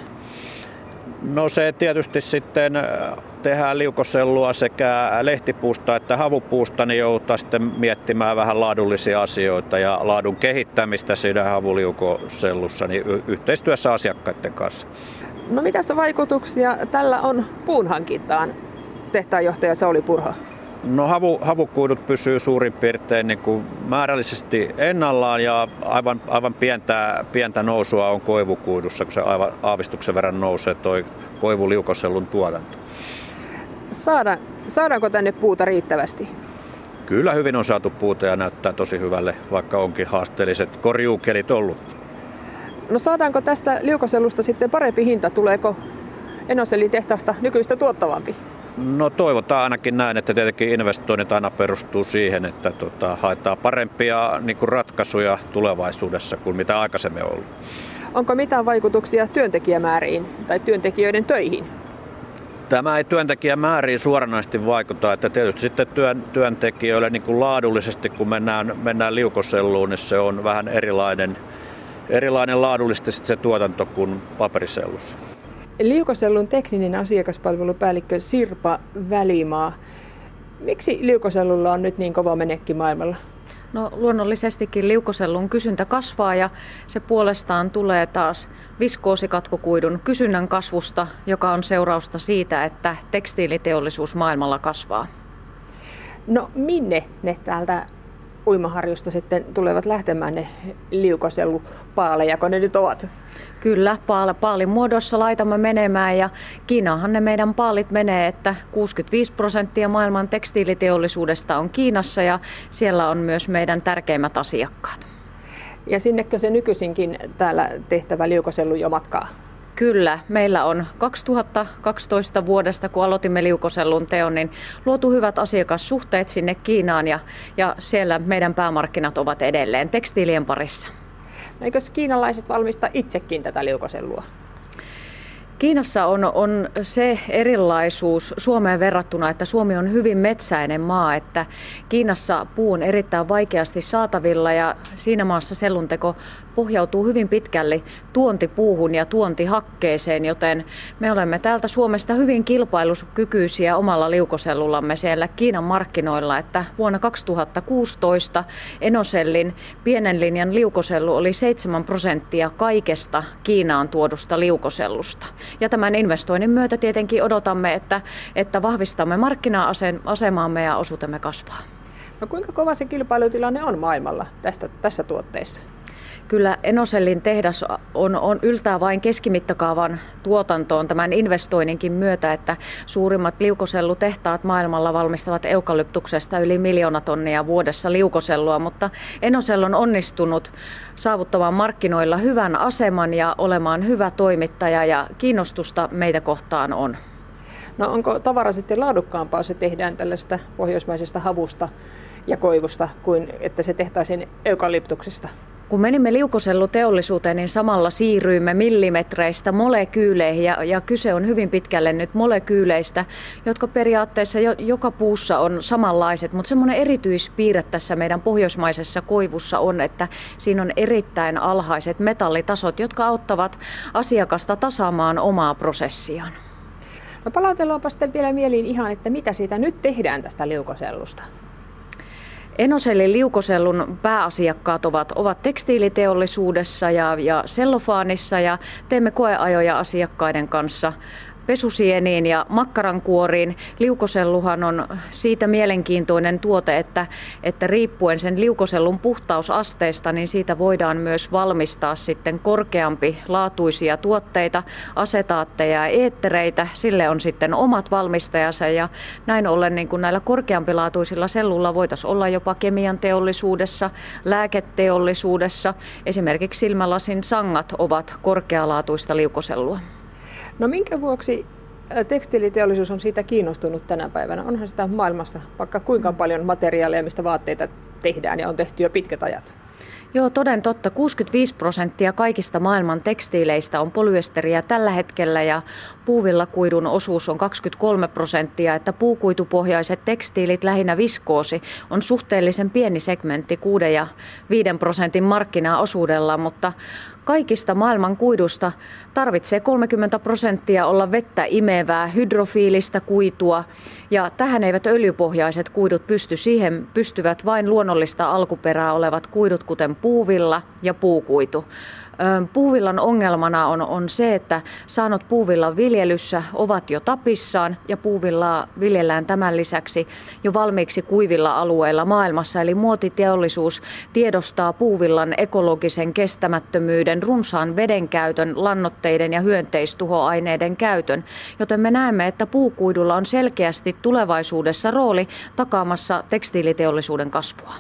Speaker 9: No se tietysti sitten tehdään liukosellua sekä lehtipuusta että havupuusta, niin joudutaan sitten miettimään vähän laadullisia asioita ja laadun kehittämistä siinä havuliukosellussa niin yhteistyössä asiakkaiden kanssa.
Speaker 10: No mitäs vaikutuksia tällä on puun hankintaan, tehtaanjohtaja Sauli Purho?
Speaker 9: No havukuidut pysyy suurin piirtein niin kuin määrällisesti ennallaan ja aivan pientä nousua on koivukuidussa, kun se aivan aavistuksen verran nousee toi koivuliukosellun tuotanto.
Speaker 10: Saadaanko tänne puuta riittävästi?
Speaker 9: Kyllä hyvin on saatu puuta ja näyttää tosi hyvälle, vaikka onkin haasteelliset korjuukelit ollut.
Speaker 10: No saadaanko tästä liukosellusta sitten parempi hinta? Tuleeko Enocellin tehtaasta nykyistä tuottavampi?
Speaker 9: No toivotaan ainakin näin, että tietenkin investoinnit aina perustuu siihen, että haetaan parempia ratkaisuja tulevaisuudessa kuin mitä aikaisemmin on ollut.
Speaker 10: Onko mitään vaikutuksia työntekijämääriin tai työntekijöiden töihin?
Speaker 9: Tämä ei työntekijämääriin suoranaisesti vaikuta, että tietysti sitten työntekijöille niin kuin laadullisesti, kun mennään liukoselluun, niin se on vähän erilainen laadullisesti se tuotanto kuin paperisellussa.
Speaker 10: Liukosellun tekninen asiakaspalvelupäällikkö Sirpa Välimaa. Miksi liukosellulla on nyt niin kova menekki maailmalla?
Speaker 11: No luonnollisestikin liukosellun kysyntä kasvaa ja se puolestaan tulee taas viskoosikatkokuidun kysynnän kasvusta, joka on seurausta siitä, että tekstiiliteollisuus maailmalla kasvaa.
Speaker 10: No minne ne täältä Uimaharjusta sitten tulevat lähtemään ne liukosellupaaleja, kun ne nyt ovat?
Speaker 11: Kyllä, paalin muodossa laitamme menemään ja Kiinaanhan ne meidän paalit menee, että 65% maailman tekstiiliteollisuudesta on Kiinassa ja siellä on myös meidän tärkeimmät asiakkaat.
Speaker 10: Ja sinnekö se nykyisinkin täällä tehtävä liukosellu jo matkaa?
Speaker 11: Kyllä, meillä on 2012 vuodesta, kun aloitimme liukosellun teon, niin luotu hyvät asiakassuhteet sinne Kiinaan ja siellä meidän päämarkkinat ovat edelleen tekstiilien parissa.
Speaker 10: Eikö kiinalaiset valmista itsekin tätä liukosellua?
Speaker 11: Kiinassa on se erilaisuus Suomeen verrattuna, että Suomi on hyvin metsäinen maa, että Kiinassa puu on erittäin vaikeasti saatavilla ja siinä maassa sellunteko pohjautuu hyvin pitkälle tuontipuuhun ja tuontihakkeeseen, joten me olemme täältä Suomesta hyvin kilpailukykyisiä omalla liukosellullamme siellä Kiinan markkinoilla, että vuonna 2016 Enocellin pienen linjan liukosellu oli 7% kaikesta Kiinaan tuodusta liukosellusta. Ja tämän investoinnin myötä tietenkin odotamme, että vahvistamme markkina-asemaamme ja osuutemme kasvaa.
Speaker 10: No kuinka kova se kilpailutilanne on maailmalla tässä tuotteessa?
Speaker 11: Kyllä Enocellin tehdas on yltää vain keskimittakaavan tuotantoon tämän investoinninkin myötä, että suurimmat liukosellutehtaat maailmalla valmistavat eukalyptuksesta yli 1 miljoona tonnia vuodessa liukosellua, mutta Enocell on onnistunut saavuttamaan markkinoilla hyvän aseman ja olemaan hyvä toimittaja ja kiinnostusta meitä kohtaan on.
Speaker 10: No onko tavara sitten laadukkaampaa, jos se tehdään tällaista pohjoismaisesta havusta ja koivusta, kuin että se tehtäisiin eukalyptuksesta?
Speaker 11: Kun menimme liukoselluteollisuuteen, niin samalla siirryimme millimetreistä molekyyleihin ja kyse on hyvin pitkälle nyt molekyyleistä, jotka periaatteessa joka puussa on samanlaiset, mutta semmoinen erityispiirre tässä meidän pohjoismaisessa koivussa on, että siinä on erittäin alhaiset metallitasot, jotka auttavat asiakasta tasaamaan omaa prosessiaan.
Speaker 10: No palautellaanpa sitten vielä mieliin ihan, että mitä siitä nyt tehdään tästä liukosellusta?
Speaker 11: Enocellin liukosellun pääasiakkaat ovat tekstiiliteollisuudessa ja sellofaanissa ja teemme koeajoja asiakkaiden kanssa pesusieniin ja makkarankuoriin. Liukoselluhan on siitä mielenkiintoinen tuote, että riippuen sen liukosellun puhtausasteesta, niin siitä voidaan myös valmistaa sitten korkeampi laatuisia tuotteita, asetaatteja ja eettereitä. Sille on sitten omat valmistajansa ja näin ollen niin kuin näillä korkeampilaatuisilla sellulla voitaisiin olla jopa kemian teollisuudessa, lääketeollisuudessa. Esimerkiksi silmälasin sangat ovat korkealaatuista liukosellua.
Speaker 10: No minkä vuoksi tekstiiliteollisuus on siitä kiinnostunut tänä päivänä? Onhan sitä maailmassa vaikka kuinka paljon materiaalia, mistä vaatteita tehdään ja on tehty jo pitkät ajat.
Speaker 11: Joo, toden totta. 65% kaikista maailman tekstiileistä on polyesteriä tällä hetkellä ja puuvillakuidun osuus on 23%, että puukuitupohjaiset tekstiilit, lähinnä viskoosi, on suhteellisen pieni segmentti 6 ja 5% markkinaosuudella, mutta kaikista maailman kuidusta tarvitsee 30% olla vettä imevää hydrofiilistä kuitua ja tähän eivät öljypohjaiset kuidut pysty. Siihen pystyvät vain luonnollista alkuperää olevat kuidut, kuten puuvilla ja puukuitu. Puuvillan ongelmana on se, että saannot puuvillan viljelyssä ovat jo tapissaan ja puuvillaa viljellään tämän lisäksi jo valmiiksi kuivilla alueilla maailmassa. Eli muotiteollisuus tiedostaa puuvillan ekologisen kestämättömyyden, runsaan veden käytön, lannoitteiden ja hyönteistuhoaineiden käytön. Joten me näemme, että puukuidulla on selkeästi tulevaisuudessa rooli takaamassa tekstiiliteollisuuden kasvua.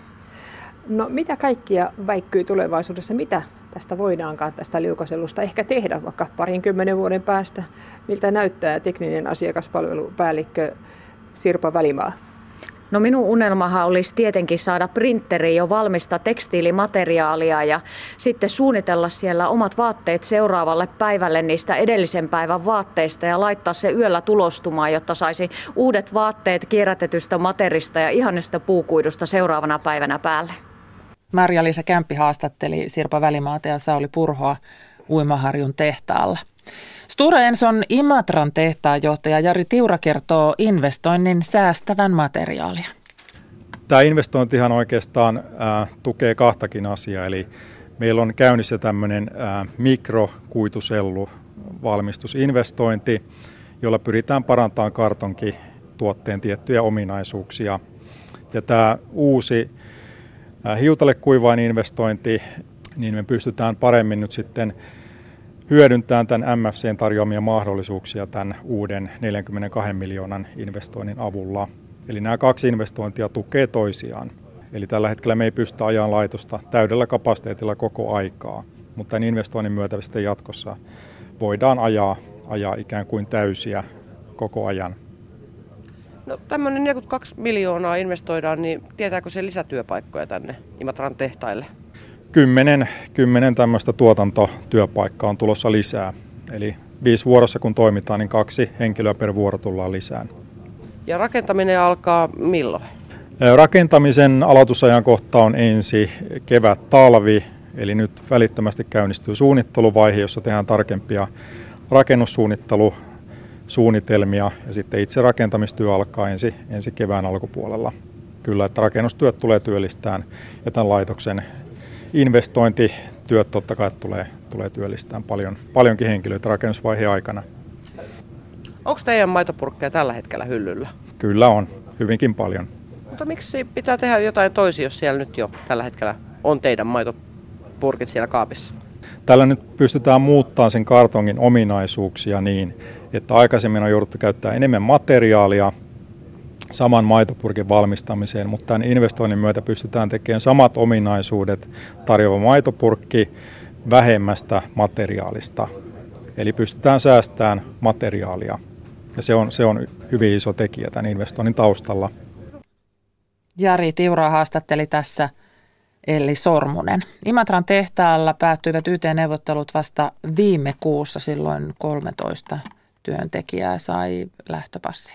Speaker 10: No mitä kaikkia väikkyy tulevaisuudessa? Mitä tästä voidaankaan tästä liukosellusta ehkä tehdä vaikka 20 vuoden päästä? Miltä näyttää tekninen asiakaspalvelupäällikkö Sirpa Välimaa?
Speaker 11: No minun unelmahan olisi tietenkin saada printeriin jo valmista tekstiilimateriaalia ja sitten suunnitella siellä omat vaatteet seuraavalle päivälle niistä edellisen päivän vaatteista ja laittaa se yöllä tulostumaan, jotta saisi uudet vaatteet kierrätetystä materista ja ihanesta puukuidusta seuraavana päivänä päälle.
Speaker 4: Marja-Liisa Kämppi haastatteli Sirpa Välimaata ja Sauli Purhoa Uimaharjun tehtaalla. Stora Enson Imatran tehtaanjohtaja Jari Tiura kertoo investoinnin säästävän materiaalia.
Speaker 12: Tämä investointihan oikeastaan tukee kahtakin asiaa. Eli meillä on käynnissä tämmöinen mikrokuitusellu valmistusinvestointi, jolla pyritään parantamaan kartonkituotteen tiettyjä ominaisuuksia. Ja tämä uusi hiutalle kuivain investointi, niin me pystytään paremmin nyt sitten hyödyntämään tämän MFC:n tarjoamia mahdollisuuksia tämän uuden 42 miljoonan investoinnin avulla. Eli nämä kaksi investointia tukee toisiaan. Eli tällä hetkellä me ei pystytä ajamaan laitosta täydellä kapasiteetilla koko aikaa, mutta tämän investoinnin myötä sitten jatkossa voidaan ajaa ikään kuin täysiä koko ajan.
Speaker 13: No tämmöinen 42 miljoonaa investoidaan, niin tietääkö se lisätyöpaikkoja tänne Imatran tehtaille?
Speaker 12: 10 tämmöistä tuotantotyöpaikkaa on tulossa lisää. Eli 5 vuorossa kun toimitaan, niin 2 henkilöä per vuoro tullaan lisään.
Speaker 13: Ja rakentaminen alkaa milloin?
Speaker 12: Rakentamisen aloitusajankohta on ensi kevät-talvi. Eli nyt välittömästi käynnistyy suunnitteluvaihe, jossa tehdään tarkempia rakennussuunnitelmia ja sitten itse rakentamistyö alkaa ensi kevään alkupuolella. Kyllä, että rakennustyöt tulee työllistään ja tämän laitoksen investointityöt totta kai tulee työllistään paljonkin henkilöitä rakennusvaiheen aikana.
Speaker 13: Onko teidän maitopurkkeja tällä hetkellä hyllyllä?
Speaker 12: Kyllä on, hyvinkin paljon.
Speaker 13: Mutta miksi pitää tehdä jotain toisia, jos siellä nyt jo tällä hetkellä on teidän maitopurkit siellä kaapissa?
Speaker 12: Tällä nyt pystytään muuttamaan sen kartongin ominaisuuksia niin, että aikaisemmin on jouduttu käyttämään enemmän materiaalia saman maitopurkin valmistamiseen, mutta tämän investoinnin myötä pystytään tekemään samat ominaisuudet tarjoava maitopurkki vähemmästä materiaalista. Eli pystytään säästämään materiaalia ja se on hyvin iso tekijä tämän investoinnin taustalla.
Speaker 4: Jari Tiuraa haastatteli tässä Elli Sormunen. Imatran tehtaalla päättyivät YT-neuvottelut vasta viime kuussa, silloin 13 työntekijää sai lähtöpassit.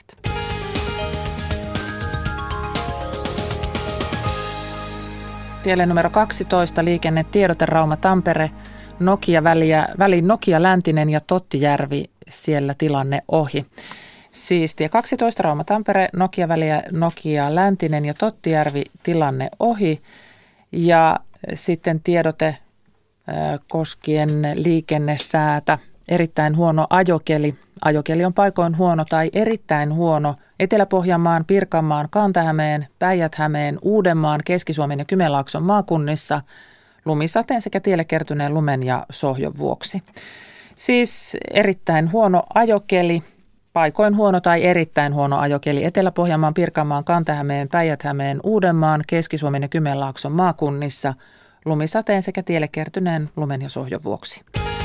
Speaker 4: Tielle numero 12 liikennetiedote Rauma Tampere, väli Nokia Läntinen ja Tottijärvi, siellä tilanne ohi. Siis tie 12 Rauma Tampere, Nokia väliä Nokia Läntinen ja Tottijärvi, tilanne ohi. Ja sitten tiedote koskien liikennesäätä, erittäin huono ajokeli. Ajokeli on paikoin huono tai erittäin huono Etelä-Pohjanmaan, Pirkanmaan, Kanta-Hämeen, Päijät-Hämeen, Uudenmaan, Keski-Suomen ja Kymenlaakson maakunnissa lumisateen sekä tielle kertyneen lumen ja sohjon vuoksi. Siis erittäin huono ajokeli, paikoin huono tai erittäin huono ajokeli Etelä-Pohjanmaan, Pirkanmaan, Kanta-Hämeen, Päijät-Hämeen, Uudenmaan, Keski-Suomen ja Kymenlaakson maakunnissa lumisateen sekä tielle kertyneen lumen ja sohjon vuoksi.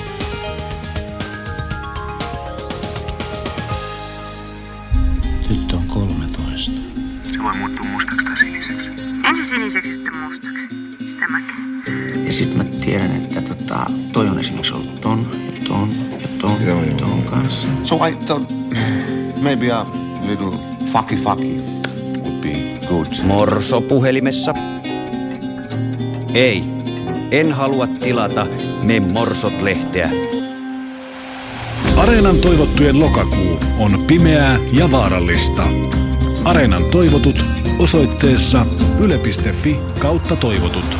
Speaker 14: Tyttö on 13.
Speaker 15: Se voi muuttua mustaksi tai siniseksi. Ensin siniseksi, sitten mustaksi. Sitä mäkin.
Speaker 14: Ja sit mä tiedän, että toi on esimerkiksi ollut ton ja ton ja ton ja ton kanssa.
Speaker 15: So I thought maybe a little fucky would be good.
Speaker 16: Morso puhelimessa. Ei, en halua tilata Me Morsot-lehteä.
Speaker 5: Areenan toivottujen lokakuu on pimeää ja vaarallista. Areenan toivotut osoitteessa yle.fi/toivotut.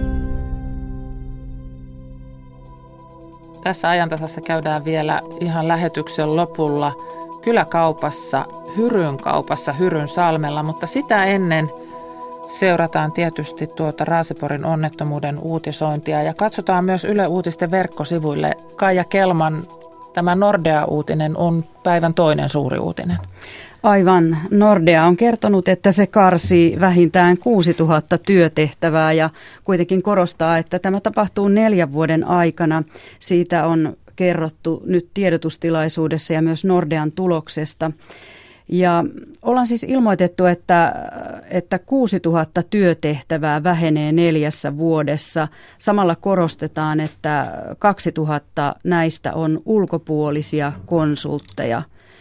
Speaker 4: Tässä ajantasassa käydään vielä ihan lähetyksen lopulla kyläkaupassa, Hyryn kaupassa Hyrynsalmella, mutta sitä ennen seurataan tietysti tuota Raaseporin onnettomuuden uutisointia ja katsotaan myös Yle Uutisten verkkosivuille. Kaija Kelman, tämä Nordea-uutinen on päivän toinen suuri uutinen.
Speaker 17: Aivan. Nordea on kertonut, että se karsii vähintään 6000 työtehtävää ja kuitenkin korostaa, että tämä tapahtuu 4 vuoden aikana. Siitä on kerrottu nyt tiedotustilaisuudessa ja myös Nordean tuloksesta. Ja ollaan siis ilmoitettu, että 6000 työtehtävää vähenee 4 vuodessa. Samalla korostetaan, että 2000 näistä on ulkopuolisia konsultteja.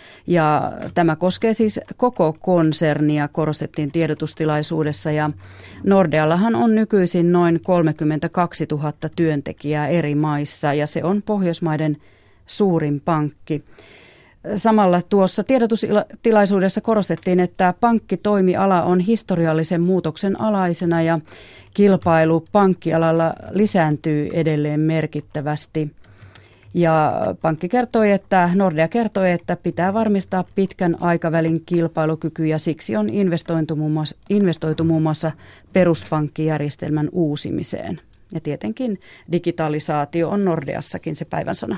Speaker 17: Ja tämä koskee siis koko konsernia, korostettiin tiedotustilaisuudessa. Ja Nordeallahan on nykyisin noin 32 000 työntekijää eri maissa ja se on Pohjoismaiden suurin pankki. Samalla tuossa tiedotustilaisuudessa korostettiin, että pankkitoimiala on historiallisen muutoksen alaisena ja kilpailu pankkialalla lisääntyy edelleen merkittävästi. Ja Nordea kertoi, että pitää varmistaa pitkän aikavälin kilpailukyky ja siksi on investoitu muun muassa peruspankkijärjestelmän uusimiseen. Ja tietenkin digitalisaatio on Nordeassakin se päivän sana.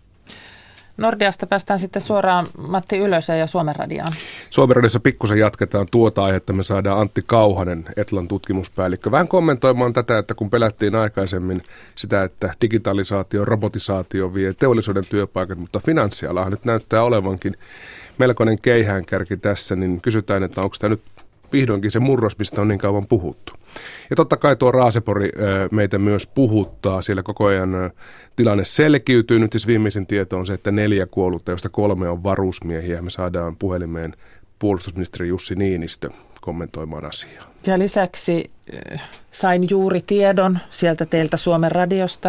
Speaker 4: Nordeasta päästään sitten suoraan Matti Ylöseen ja Suomen Radioon.
Speaker 18: Suomen Radiossa pikkusen jatketaan tuota aihetta. Me saadaan Antti Kauhanen, Etlan tutkimuspäällikkö, vähän kommentoimaan tätä, että kun pelättiin aikaisemmin sitä, että digitalisaatio, robotisaatio vie teollisuuden työpaikat, mutta finanssialahan nyt näyttää olevankin melkoinen keihäänkärki tässä, niin kysytään, että onko tämä nyt vihdoinkin se murros, mistä on niin kauan puhuttu. Ja totta kai tuo Raasepori meitä myös puhuttaa, siellä koko ajan tilanne selkiytyy. Nyt siis viimeisin tieto on se, että 4 kuollutta, josta 3 on varusmiehiä. Me saadaan puhelimeen puolustusministeri Jussi Niinistö. kommentoimaan asiaa.
Speaker 4: Ja lisäksi sain juuri tiedon sieltä teiltä Suomen radiosta,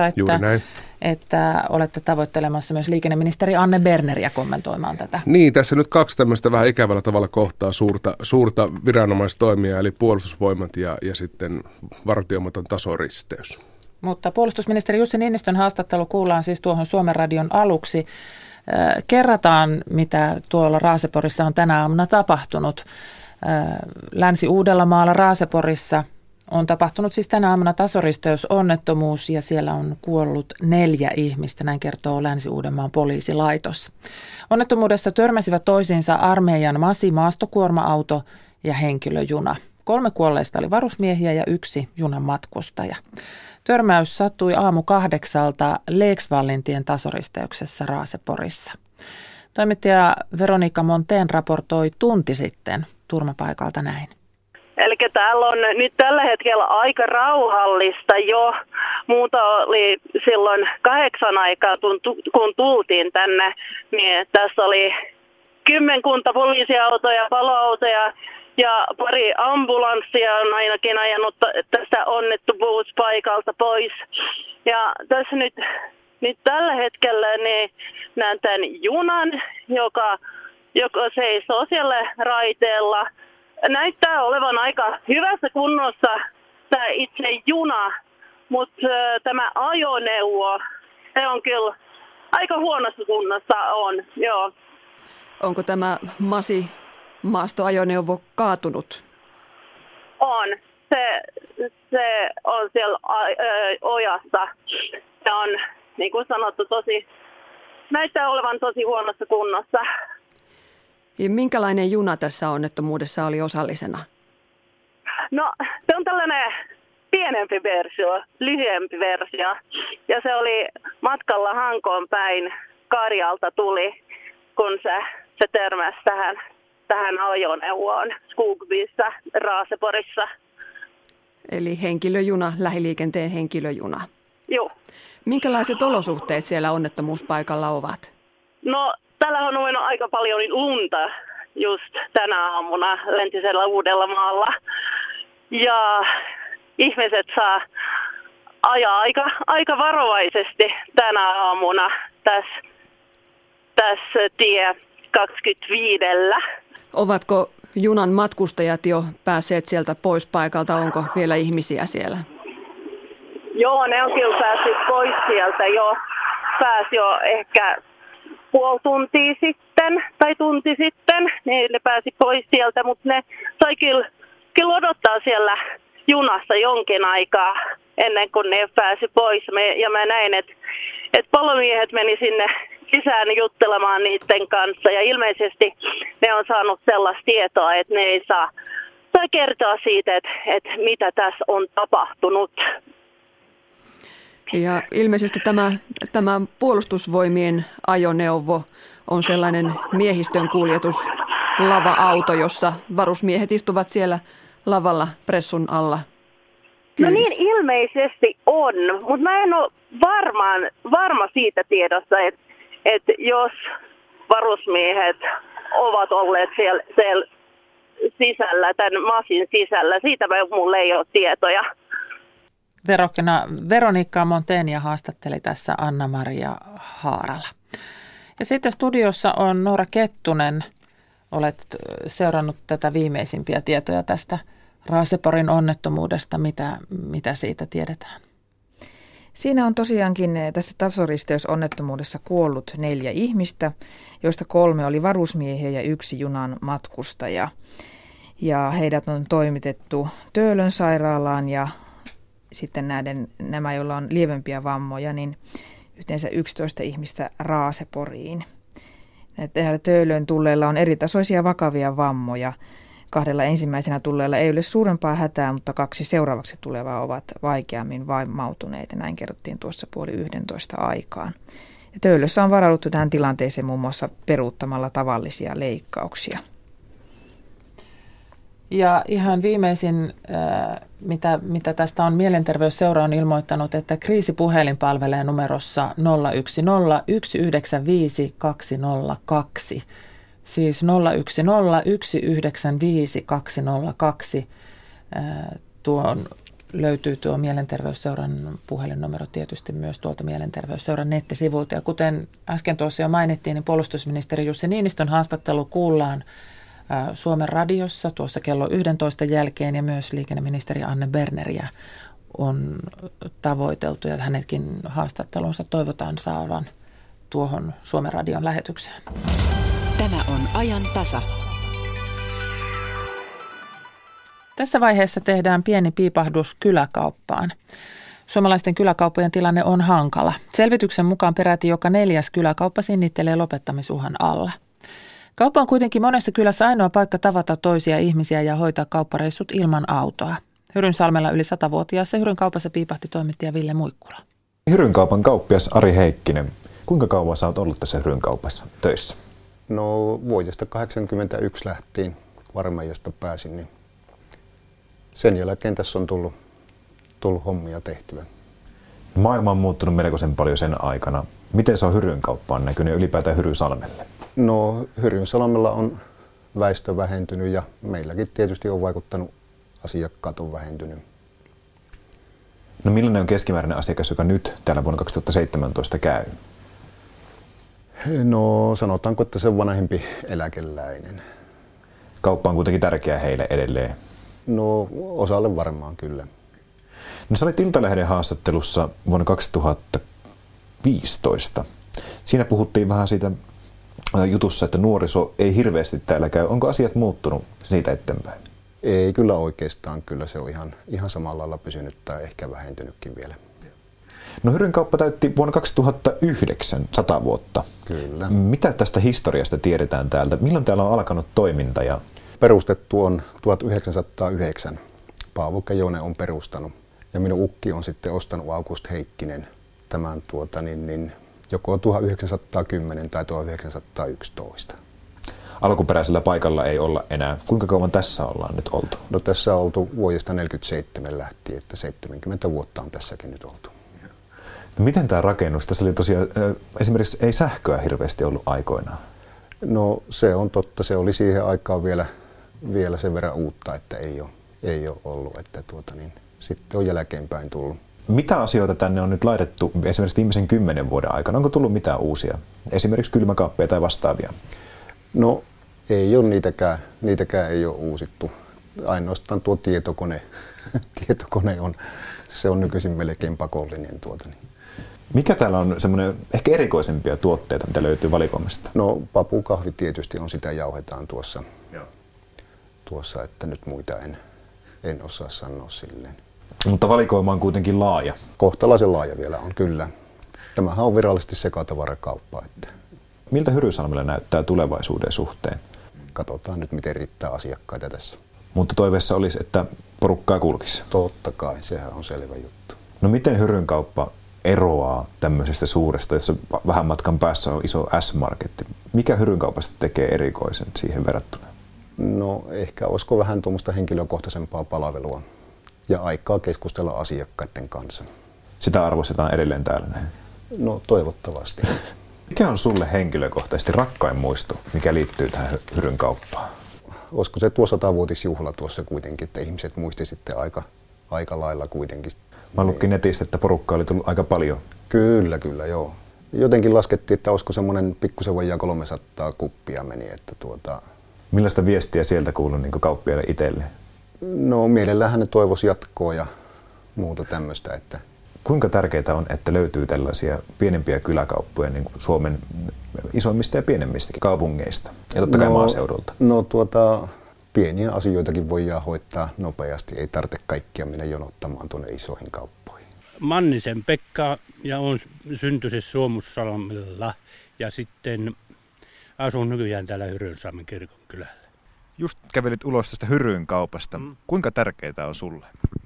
Speaker 4: että olette tavoittelemassa myös liikenneministeri Anne Berneriä kommentoimaan tätä.
Speaker 18: Niin, tässä nyt kaksi tämmöistä vähän ikävällä tavalla kohtaa suurta viranomaistoimia, eli puolustusvoimat ja sitten vartioimaton tasoristeys. Mutta
Speaker 4: puolustusministeri Jussi Niinistön haastattelu kuullaan siis tuohon Suomen radion aluksi. Kerrataan, mitä tuolla Raaseporissa on tänä aamuna tapahtunut. Länsi-Uudellamaalla Raaseporissa on tapahtunut siis tänä aamuna tasoristeysonnettomuus ja siellä on kuollut 4 ihmistä, näin kertoo Länsi-Uudenmaan poliisilaitos. Onnettomuudessa törmäsivät toisiinsa armeijan maastokuorma-auto ja henkilöjuna. 3 kuolleista oli varusmiehiä ja 1 junan matkustaja. Törmäys sattui 8:00 Leeksvallintien tasoristeyksessä Raaseporissa. Toimittaja Veronika Monteen raportoi tunti sitten turmapaikalta näin.
Speaker 3: Eli täällä on nyt tällä hetkellä aika rauhallista jo. Muuta oli silloin 8 aikaa, kun tultiin tänne. Niin tässä oli 10 poliisiautoja, paloautoja ja pari ambulanssia on ainakin ajanut tästä onnettomuuspaikalta pois. Ja tässä nyt tällä hetkellä niin näen tämän junan, joka seisoo siellä raiteella. Näyttää olevan aika hyvässä kunnossa tämä itse juna, mutta tämä ajoneuvo, se on kyllä aika huonossa kunnossa on, joo.
Speaker 10: Onko tämä maastoajoneuvo kaatunut?
Speaker 3: On. Se on siellä ojassa. Se on, niin kuin sanottu, näyttää olevan tosi huonossa kunnossa.
Speaker 10: Ja minkälainen juna tässä onnettomuudessa oli osallisena?
Speaker 3: No, se on tällainen pienempi versio, lyhyempi versio. Ja se oli matkalla Hankoon päin. Karjalta tuli, kun se törmäsi tähän ajoneuvoon Skogbyssä, Raaseporissa.
Speaker 10: Eli henkilöjuna, lähiliikenteen henkilöjuna.
Speaker 3: Joo.
Speaker 10: Minkälaiset olosuhteet siellä onnettomuuspaikalla ovat?
Speaker 3: No, täällä on ollut aika paljon lunta just tänä aamuna läntisellä Uudellamaalla. Ja ihmiset saa ajaa aika varovaisesti tänä aamuna tässä tie 25.
Speaker 10: Ovatko junan matkustajat jo päässeet sieltä pois paikalta? Onko vielä ihmisiä siellä?
Speaker 3: Joo, ne on kyllä päässyt pois sieltä jo. Pääsi jo ehkä puoli tuntia sitten tai tunti sitten. Ne pääsi pois sieltä, mutta ne sai kyllä odottaa siellä junassa jonkin aikaa ennen kuin ne pääsi pois. Ja mä näin, että palomiehet meni sinne sisään juttelemaan niiden kanssa ja ilmeisesti ne on saanut sellaista tietoa, että ne ei saa kertoa siitä, että mitä tässä on tapahtunut.
Speaker 10: Ja ilmeisesti tämä puolustusvoimien ajoneuvo on sellainen miehistön kuljetuslava-auto, jossa varusmiehet istuvat siellä lavalla pressun alla kyydissä.
Speaker 3: No niin ilmeisesti on, mutta mä en ole varma siitä tiedosta, että jos varusmiehet ovat olleet siellä sisällä, tämän masin sisällä, siitä mulle ei ole tietoja.
Speaker 4: Veronika Monteenia haastatteli tässä Anna-Maria Haarala. Ja sitten studiossa on Noora Kettunen. Olet seurannut tätä viimeisimpiä tietoja tästä Raaseporin onnettomuudesta. Mitä siitä tiedetään?
Speaker 19: Siinä on tosiaankin tässä tasoristeysonnettomuudessa kuollut 4 ihmistä, joista 3 oli varusmiehiä ja 1 junan matkustaja. Ja heidät on toimitettu Töölön sairaalaan ja sitten nämä, joilla on lievempiä vammoja, niin yhteensä 11 ihmistä Raaseporiin. Näillä Töölön tulleilla on eritasoisia vakavia vammoja. 2 ensimmäisenä tulleilla ei ole suurempaa hätää, mutta 2 seuraavaksi tulevaa ovat vaikeammin vammautuneita. Näin kerrottiin tuossa 10:30 aikaan. Ja Töölössä on varauduttu tähän tilanteeseen muun muassa peruuttamalla tavallisia leikkauksia.
Speaker 4: Ja ihan viimeisin, mitä tästä on, Mielenterveysseura on ilmoittanut, että kriisipuhelin palvelee numerossa 010 195 202. Siis 010 195 202. Löytyy tuo Mielenterveysseuran puhelinnumero tietysti myös tuolta Mielenterveysseuran nettisivuilta. Ja kuten äsken tuossa jo mainittiin, niin puolustusministeri Jussi Niinistön haastattelu kuullaan Suomen radiossa tuossa kello 11 jälkeen, ja myös liikenneministeri Anne Berneriä on tavoiteltu, ja hänetkin haastattelunsa toivotaan saavan tuohon Suomen radion lähetykseen.
Speaker 7: Tämä on ajan tasa.
Speaker 4: Tässä vaiheessa tehdään pieni piipahdus kyläkauppaan. Suomalaisten kyläkauppojen tilanne on hankala. Selvityksen mukaan peräti joka 4. kyläkauppa sinnittelee lopettamisuhan alla. Kauppa on kuitenkin monessa kylässä ainoa paikka tavata toisia ihmisiä ja hoitaa kauppareissut ilman autoa. Hyrynsalmella yli 100-vuotiaassa Hyrynkaupassa piipahti toimittaja Ville Muikkula.
Speaker 20: Hyrynkaupan kauppias Ari Heikkinen. Kuinka kauan sä oot ollut tässä Hyrynkaupassa töissä?
Speaker 21: No vuodesta 1981 lähtien, kun armeijasta pääsin, niin sen jälkeen tässä on tullut hommia tehtyä.
Speaker 20: Maailma on muuttunut melkoisen paljon sen aikana. Miten se on Hyrynkauppaan näkynyt ylipäätään Hyrynsalmelle?
Speaker 21: No Hyrynsalmella on väestö vähentynyt ja meilläkin tietysti on vaikuttanut, asiakkaat on vähentynyt.
Speaker 20: No millainen on keskimääräinen asiakas, joka nyt täällä vuonna 2017 käy?
Speaker 21: No sanotaanko, että se on vanhempi eläkeläinen.
Speaker 20: Kauppa on kuitenkin tärkeä heille edelleen.
Speaker 21: No osalle varmaan kyllä.
Speaker 20: No sä olit Iltalehden haastattelussa vuonna 2015. Siinä puhuttiin vähän siitä jutussa, että nuoriso ei hirveästi täällä käy. Onko asiat muuttunut siitä eteenpäin?
Speaker 21: Ei kyllä oikeastaan. Kyllä se on ihan samalla lailla pysynyt tai ehkä vähentynytkin vielä.
Speaker 20: No Hyrynkauppa täytti vuonna 2009 100 vuotta.
Speaker 21: Kyllä.
Speaker 20: Mitä tästä historiasta tiedetään täältä? Milloin täällä on alkanut toiminta?
Speaker 21: Perustettu on 1909. Paavo Kejonen on perustanut. Ja minun ukki on sitten ostanut August Heikkinen tämän joko 1910 tai 1911.
Speaker 20: Alkuperäisellä paikalla ei olla enää. Kuinka kauan tässä ollaan nyt oltu?
Speaker 21: No tässä on oltu vuodesta 1947 lähtien, että 70 vuotta on tässäkin nyt oltu.
Speaker 20: No miten tämä rakennus? Tässä oli tosiaan, esimerkiksi ei sähköä hirveästi ollut aikoinaan.
Speaker 21: No se on totta. Se oli siihen aikaan vielä sen verran uutta, että ei ole ollut. Että sitten on jälkeenpäin tullut.
Speaker 20: Mitä asioita tänne on nyt laitettu esimerkiksi viimeisen 10 vuoden aikana? Onko tullut mitään uusia? Esimerkiksi kylmäkaappeja tai vastaavia?
Speaker 21: No ei ole niitäkään ei ole uusittu. Ainoastaan tuo tietokone se on nykyisin melkein pakollinen.
Speaker 20: Mikä täällä on semmoinen ehkä erikoisempia tuotteita, mitä löytyy valikoimasta?
Speaker 21: No papukahvi tietysti on, sitä jauhetaan tuossa, että nyt muita en osaa sanoa silleen.
Speaker 20: Mutta valikoima on kuitenkin laaja.
Speaker 21: Kohtalaisen laaja vielä on, kyllä. Tämähän on virallisesti sekatavarakauppa.
Speaker 20: Miltä Hyrynsalmella näyttää tulevaisuuden suhteen?
Speaker 21: Katsotaan nyt, miten riittää asiakkaita tässä.
Speaker 20: Mutta toiveessa olisi, että porukkaa kulkisi.
Speaker 21: Totta kai, sehän on selvä juttu.
Speaker 20: No miten Hyrynkauppa eroaa tämmöisestä suuresta, jossa vähän matkan päässä on iso S-marketti? Mikä Hyrynkaupasta tekee erikoisen siihen verrattuna?
Speaker 21: No ehkä olisiko vähän tuommoista henkilökohtaisempaa palvelua ja aikaa keskustella asiakkaiden kanssa.
Speaker 20: Sitä arvostetaan edelleen täällä näin?
Speaker 21: No toivottavasti.
Speaker 20: Mikä on sulle henkilökohtaisesti rakkain muisto, mikä liittyy tähän Hyrynkauppaan?
Speaker 21: Olisiko se tuo 100-vuotisjuhla tuossa kuitenkin, että ihmiset muisti sitten aika lailla kuitenkin.
Speaker 20: Mä lukkin netistä, että porukka oli tullut aika paljon.
Speaker 21: Kyllä, joo. Jotenkin laskettiin, että olisiko semmoinen pikkusen vajaa 300 kuppia meni. Että
Speaker 20: Millaista viestiä sieltä kuului niin kauppiaille itselle?
Speaker 21: No mielellähän ne toivoisi jatkoa ja muuta tämmöistä. Että
Speaker 20: kuinka tärkeää on, että löytyy tällaisia pienempiä kyläkauppoja niin kuin Suomen isoimmista ja pienemmistäkin kaupungeista ja totta kai maaseudulta?
Speaker 21: No pieniä asioitakin voidaan hoitaa nopeasti, ei tarvitse kaikkia mennä jonottamaan tuonne isoihin kauppoihin.
Speaker 22: Mannisen Pekka ja on syntyisin Suomussalmella ja sitten asun nykyään täällä Hyrynsalmen kirkonkylällä.
Speaker 20: Just kävelit ulos tästä Hyrynkaupasta. Kuinka tärkeää on sulle?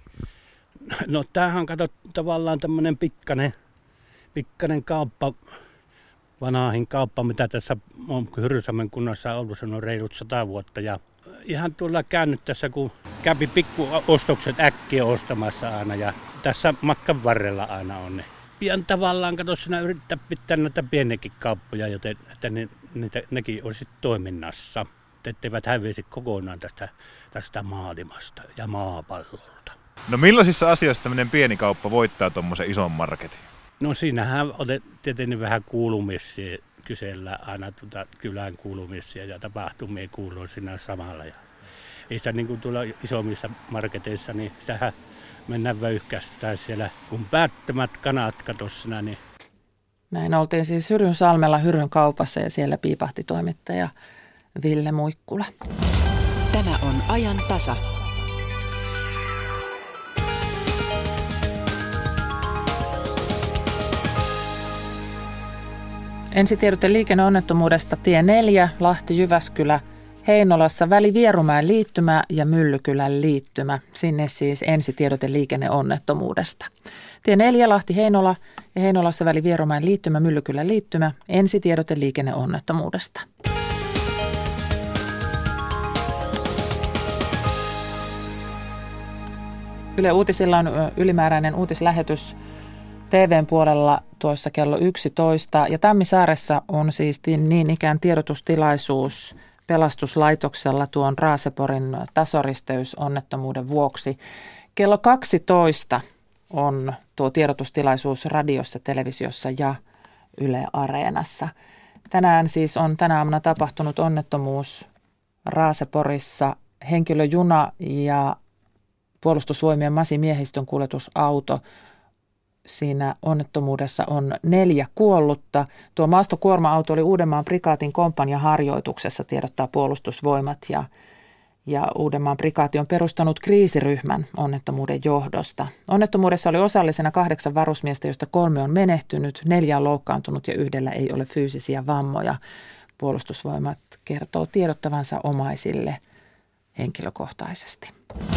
Speaker 22: No tämähän on tavallaan tämmöinen pikkainen kauppa, vanhin kauppa, mitä tässä on Hyrynsalmen kunnassa ollut, se on reilut 100 vuotta. Ja ihan tuolla käynyt tässä, kun kävi pikkuostokset äkkiä ostamassa aina ja tässä matkan varrella aina on ne. Pian tavallaan, sinä yrittää pitää näitä pieniäkin kauppoja, joten että nekin olisi toiminnassa, etteivät hävisi kokonaan tästä maailmasta ja maapallolta.
Speaker 1: No millaisissa asioissa tämmöinen pieni kauppa voittaa tuommoisen ison marketin?
Speaker 22: No siinähän tietenkin vähän kuulumisia, kysellään aina kylän kuulumisia ja tapahtumia kuuluu siinä samalla. Ja ei sitä niin kuin tuolla isommissa marketeissa, niin sitähän mennään vöyhkästään siellä, kun päättömät kanat katossina. Niin.
Speaker 4: Näin oltiin siis Hyrynsalmella Hyryn kaupassa ja siellä piipahti toimittaja Ville Muikkula.
Speaker 7: Tämä on ajan tasa.
Speaker 4: Ensitiedote liikenneonnettomuudesta tie 4, Lahti-Jyväskylä, Heinolassa väli Vierumäen liittymä ja Myllykylän liittymä. Sinne siis ensitiedote liikenneonnettomuudesta. Tie 4, Lahti-Heinola ja Heinolassa väli Vierumäen liittymä, Myllykylän liittymä. Ensitiedote liikenneonnettomuudesta. Yle Uutisilla on ylimääräinen uutislähetys TVn puolella tuossa kello 11. Ja Tammisaaressa on siis niin ikään tiedotustilaisuus pelastuslaitoksella tuon Raaseporin tasoristeysonnettomuuden vuoksi. Kello 12 on tuo tiedotustilaisuus radiossa, televisiossa ja Yle Areenassa. Tänään siis on tänä aamuna tapahtunut onnettomuus Raaseporissa. Henkilöjuna ja Puolustusvoimien Masi-miehistön kuljetusauto. Siinä onnettomuudessa on 4 kuollutta. Tuo maastokuorma-auto oli Uudenmaan prikaatin komppaniaharjoituksessa, tiedottaa Puolustusvoimat. Ja Uudenmaan prikaati on perustanut kriisiryhmän onnettomuuden johdosta. Onnettomuudessa oli osallisena 8 varusmiestä, joista 3 on menehtynyt, 4 on loukkaantunut ja 1 ei ole fyysisiä vammoja. Puolustusvoimat kertoo tiedottavansa omaisille henkilökohtaisesti.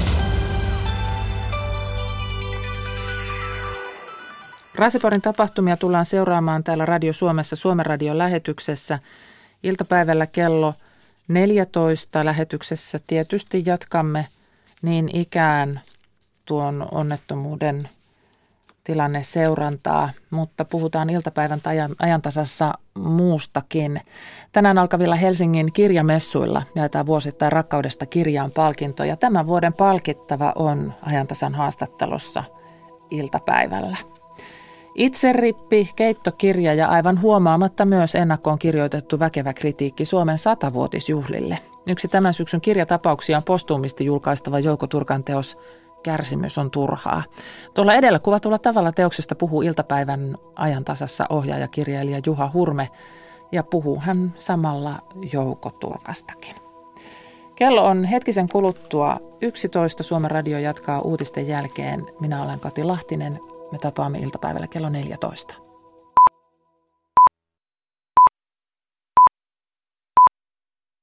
Speaker 4: Raaseporin tapahtumia tullaan seuraamaan täällä Radio Suomessa Suomen radion lähetyksessä. Iltapäivällä kello 14 lähetyksessä tietysti jatkamme niin ikään tuon onnettomuuden tilanneseurantaa, mutta puhutaan iltapäivän ajantasassa muustakin. Tänään alkavilla Helsingin kirjamessuilla jaetaan vuosittain Rakkaudesta kirjaan -palkintoja. Tämän vuoden palkittava on ajantasan haastattelussa iltapäivällä. Itserippi, keittokirja ja aivan huomaamatta myös ennakkoon kirjoitettu väkevä kritiikki Suomen 100-vuotisjuhlille. Yksi tämän syksyn kirjatapauksia on postuumisti julkaistava Jouko Turkan teos Kärsimys on turhaa. Tuolla edellä kuvatulla tavalla teoksesta puhuu iltapäivän ajantasassa ohjaajakirjailija Juha Hurme ja puhuu hän samalla Jouko Turkastakin. Kello on hetkisen kuluttua 11. Suomen radio jatkaa uutisten jälkeen. Minä olen Kati Lahtinen. Me tapaamme iltapäivällä kello 14.